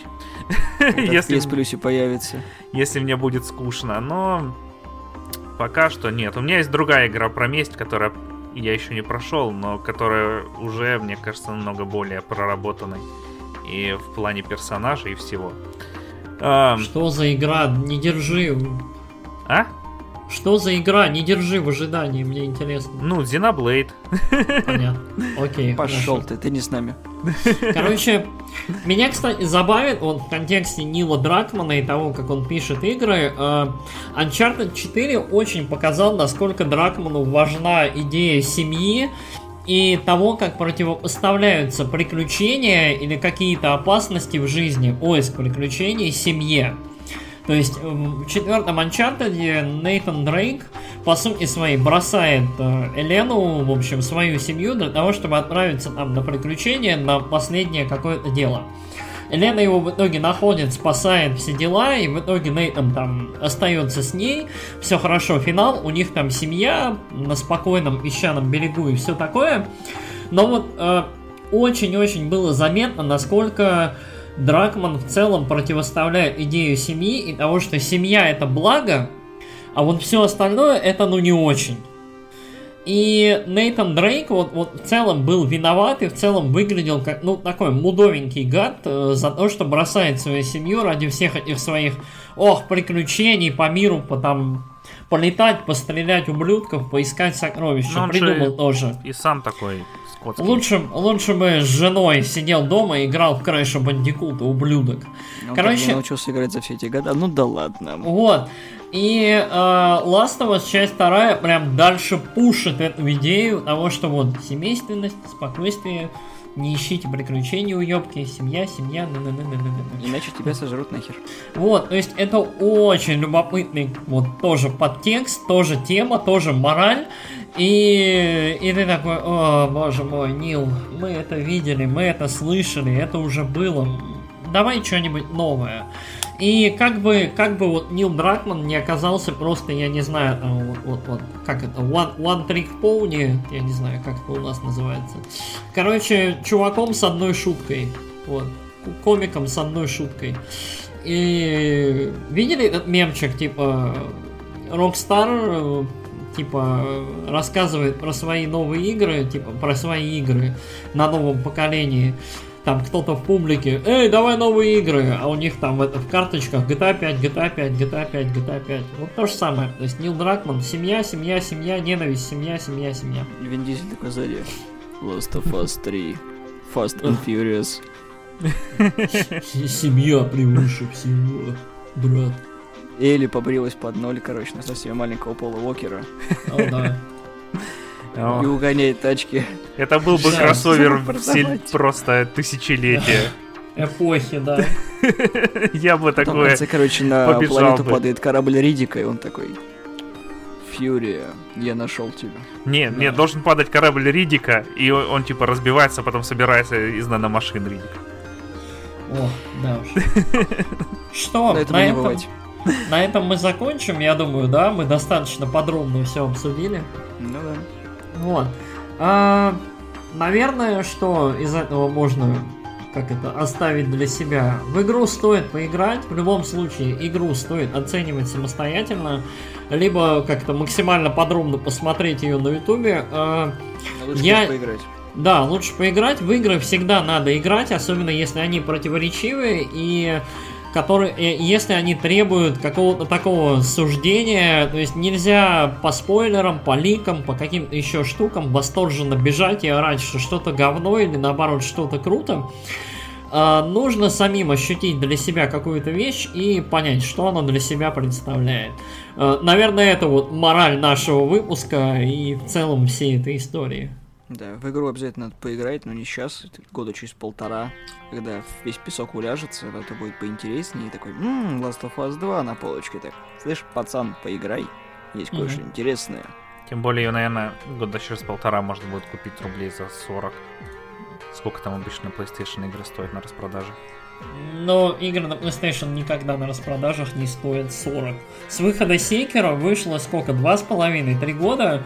Speaker 3: Если в плюсе появится.
Speaker 1: Если мне будет скучно, но пока что нет. У меня есть другая игра про месть, которая я еще не прошел, но которая уже, мне кажется, намного более проработанной. И в плане персонажей и всего.
Speaker 2: А... Что за игра? Не держи.
Speaker 1: А?
Speaker 2: Что за игра? Не держи в ожидании, мне интересно.
Speaker 1: Ну, Xenoblade.
Speaker 2: Понятно. Окей.
Speaker 3: Пошел ты, ты не с нами.
Speaker 2: Короче, меня, кстати, забавит вот в контексте Нила Дракмана и того, как он пишет игры. Uh, Uncharted четыре очень показал, насколько Дракману важна идея семьи и того, как противопоставляются приключения или какие-то опасности в жизни, поиск приключений семье. То есть в четвертом Uncharted Нейтан Дрейк по сути своей бросает Элену, в общем, свою семью для того, чтобы отправиться там на приключения, на последнее какое-то дело. Элена его в итоге находит, спасает, все дела, и в итоге Нейтан там остается с ней, все хорошо, финал, у них там семья на спокойном песчаном берегу и все такое. Но вот э, очень-очень было заметно, насколько Дракман в целом противоставляет идею семьи и того, что семья — это благо, а вот все остальное — это ну не очень. И Нейтан Дрейк вот, вот в целом был виноват и в целом выглядел как, ну, такой мудовенький гад э, за то, что бросает свою семью ради всех этих своих, ох, приключений по миру, по там полетать, пострелять ублюдков, поискать сокровища.
Speaker 1: Но
Speaker 2: придумал тоже.
Speaker 1: И сам такой скотский.
Speaker 2: Лучше, лучше бы с женой сидел дома и играл в Crash Bandicoot, ублюдок.
Speaker 3: Он
Speaker 2: Короче,
Speaker 3: научился играть за все эти годы. Ну да ладно.
Speaker 2: Вот. И э, Last of Us часть вторая прям дальше пушит эту идею того, что вот семейственность, спокойствие, Не ищите приключений, уёбки, семья, семья, на на на на на
Speaker 3: Иначе тебя сожрут нахер.
Speaker 2: Вот, то есть это очень любопытный вот тоже подтекст, тоже тема, тоже мораль. И, и ты такой, о, боже мой, Нил, мы это видели, мы это слышали, это уже было. Давай что-нибудь новое. И как бы, как бы вот Нил Дракман не оказался просто, я не знаю, вот, вот, вот как это, one, one Trick Pony, я не знаю, как это у нас называется. Короче, чуваком с одной шуткой, вот, комиком с одной шуткой. И видели этот мемчик, типа, Rockstar, типа, рассказывает про свои новые игры, типа, про свои игры на новом поколении. Там кто-то в публике, эй, давай новые игры, а у них там в, это, в карточках джи ти эй пять, джи ти эй пять, джи ти эй пять, джи ти эй пять. Вот то же самое. То есть Нил Дракман, семья, семья, семья, ненависть, семья, семья, семья.
Speaker 3: Вин Дизель такой сзади. Last of Us три. Fast and Furious.
Speaker 2: Семья превыше всего, брат.
Speaker 3: Элли побрилась под ноль, короче, на совсем маленького Пола Уокера.
Speaker 2: О, да.
Speaker 3: И угоняет тачки.
Speaker 1: Это был бы кроссовер просто тысячелетия.
Speaker 2: Эпохи, да.
Speaker 1: Я бы такое
Speaker 3: в конце, короче, на планету падает корабль Риддика, и он такой: Фьюрия, я нашел тебя.
Speaker 1: Не, не, должен падать корабль Риддика, и он типа разбивается, потом собирается из наномашин Риддика.
Speaker 2: О, да уж. Что, на этом, на этом мы закончим, я думаю, да? Мы достаточно подробно все обсудили.
Speaker 3: Ну да.
Speaker 2: Вот. А, наверное, что из этого можно, как это, оставить для себя. В игру стоит поиграть. В любом случае, игру стоит оценивать самостоятельно. Либо как-то максимально подробно посмотреть ее на ютубе. А,
Speaker 3: лучше
Speaker 2: я...
Speaker 3: поиграть.
Speaker 2: Да, лучше поиграть. В игры всегда надо играть, особенно если они противоречивые и которые, если они требуют какого-то такого суждения, то есть нельзя по спойлерам, по ликам, по каким-то еще штукам восторженно бежать и орать, что что-то говно или наоборот что-то круто. А, нужно самим ощутить для себя какую-то вещь и понять, что она для себя представляет. А, наверное, это вот мораль нашего выпуска и в целом всей этой истории.
Speaker 3: Да, в игру обязательно надо поиграть, но не сейчас, года через полтора, когда весь песок уляжется, это будет поинтереснее, и такой, ммм, Last of Us два на полочке, так, слышь, пацан, поиграй, есть mm-hmm. кое-что интересное.
Speaker 1: Тем более, наверное, года через полтора можно будет купить рублей за сорок. Сколько там обычно PlayStation игры стоят на распродаже?
Speaker 2: Но игры на PlayStation никогда на распродажах не стоят сорок. С выхода Секиро вышло сколько? Два с половиной, три года.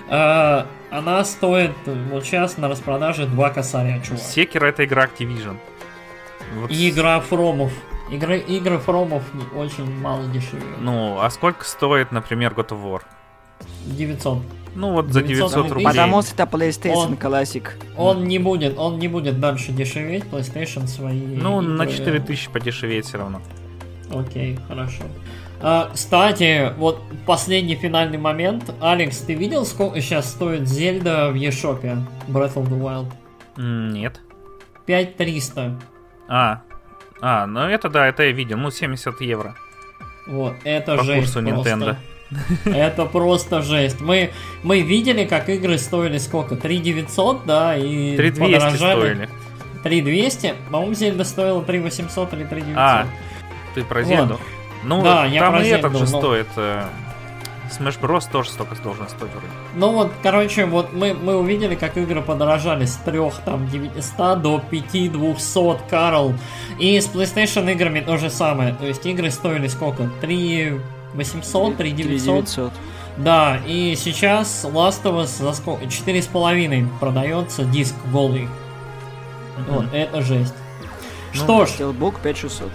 Speaker 2: Uh, она стоит вот сейчас на распродаже два косаря, чувак.
Speaker 1: Секиро — это игра Activision.
Speaker 2: Вот. И игра Фромов. Игры, игры Фромов очень мало дешевле.
Speaker 1: Ну, а сколько стоит, например, God of War?
Speaker 2: девятьсот.
Speaker 1: Ну вот за девятьсот рублей.
Speaker 3: Потому что это PlayStation
Speaker 2: он,
Speaker 3: Classic.
Speaker 2: Он не будет, он не будет дальше дешеветь, PlayStation свои.
Speaker 1: Ну, игры... на четыре тысячи подешевеет все равно.
Speaker 2: Окей, хорошо. А, кстати, вот последний финальный момент. Алекс, ты видел, сколько сейчас стоит Зельда в eShop Breath of the Wild?
Speaker 1: Нет.
Speaker 2: пять триста.
Speaker 1: А, а, ну это да, это я видел. Ну, семьдесят евро.
Speaker 2: Вот, это
Speaker 1: по
Speaker 2: жесть
Speaker 1: курсу Nintendo.
Speaker 2: Это просто жесть. Мы, мы видели, как игры стоили сколько? три девятьсот, да, и
Speaker 1: три двести стоили.
Speaker 2: три двести? По-моему, Зельда стоила три восемьсот или три девятьсот.
Speaker 1: А, ты про Зельду? Вот. Ну,
Speaker 2: да,
Speaker 1: там и
Speaker 2: Зельду,
Speaker 1: этот же
Speaker 2: но...
Speaker 1: стоит. Э, Smash Bros. Тоже столько должен стоить вроде.
Speaker 2: Ну вот, короче, вот мы, мы увидели, как игры подорожали с трех там девятисот до пяти двухсот, Карл. И с PlayStation играми то же самое. То есть игры стоили сколько? три восемьсот, три девятьсот. Да, и сейчас Last of Us за сколько? четыре с половиной продается диск голый. Mm-hmm. Вот, это жесть.
Speaker 3: Ну,
Speaker 2: что ж.
Speaker 3: Steelbook пять шестьсот.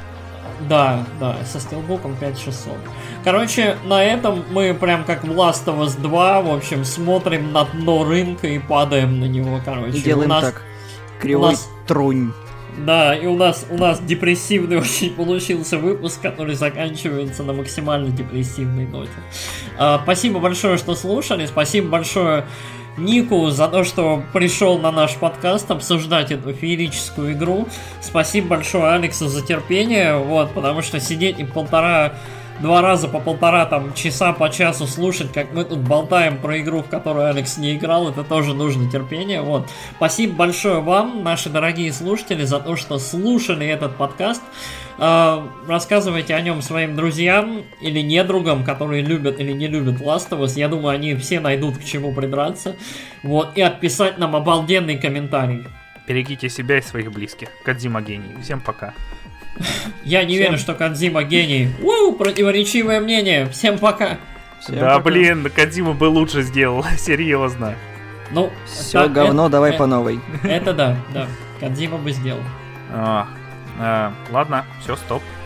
Speaker 2: Да, да, со стилбуком пять шестьсот. Короче, на этом мы прям как в Last of Us два, в общем, смотрим на дно рынка и падаем на него, короче.
Speaker 3: И делаем
Speaker 2: у нас,
Speaker 3: так. Кривой
Speaker 2: нас,
Speaker 3: трунь.
Speaker 2: Да, и у нас, у нас депрессивный очень получился выпуск, который заканчивается на максимально депрессивной ноте. А, спасибо большое, что слушали, спасибо большое Нику за то, что пришел на наш подкаст обсуждать эту феерическую игру. Спасибо большое Алексу за терпение, вот, потому что сидеть и полтора два раза по полтора там часа по часу слушать, как мы тут болтаем про игру, в которую Алекс не играл, это тоже нужно терпение. Вот. Спасибо большое вам, наши дорогие слушатели, за то, что слушали этот подкаст. Рассказывайте о нем своим друзьям или недругам, которые любят или не любят Last of Us. Я думаю, они все найдут к чему придраться. Вот. И отписать нам обалденный комментарий.
Speaker 1: Берегите себя и своих близких. Кодзима гений. Всем пока.
Speaker 2: Я не Всем... верю, что Кодзима гений. Уу, противоречивое мнение. Всем пока.
Speaker 1: Всем да, пока. Блин, Кодзима бы лучше сделал. Серьезно.
Speaker 3: Ну, все это, говно, это, давай это, по новой.
Speaker 2: Это да, да. Кодзима бы сделал.
Speaker 1: А, а, ладно, все, стоп.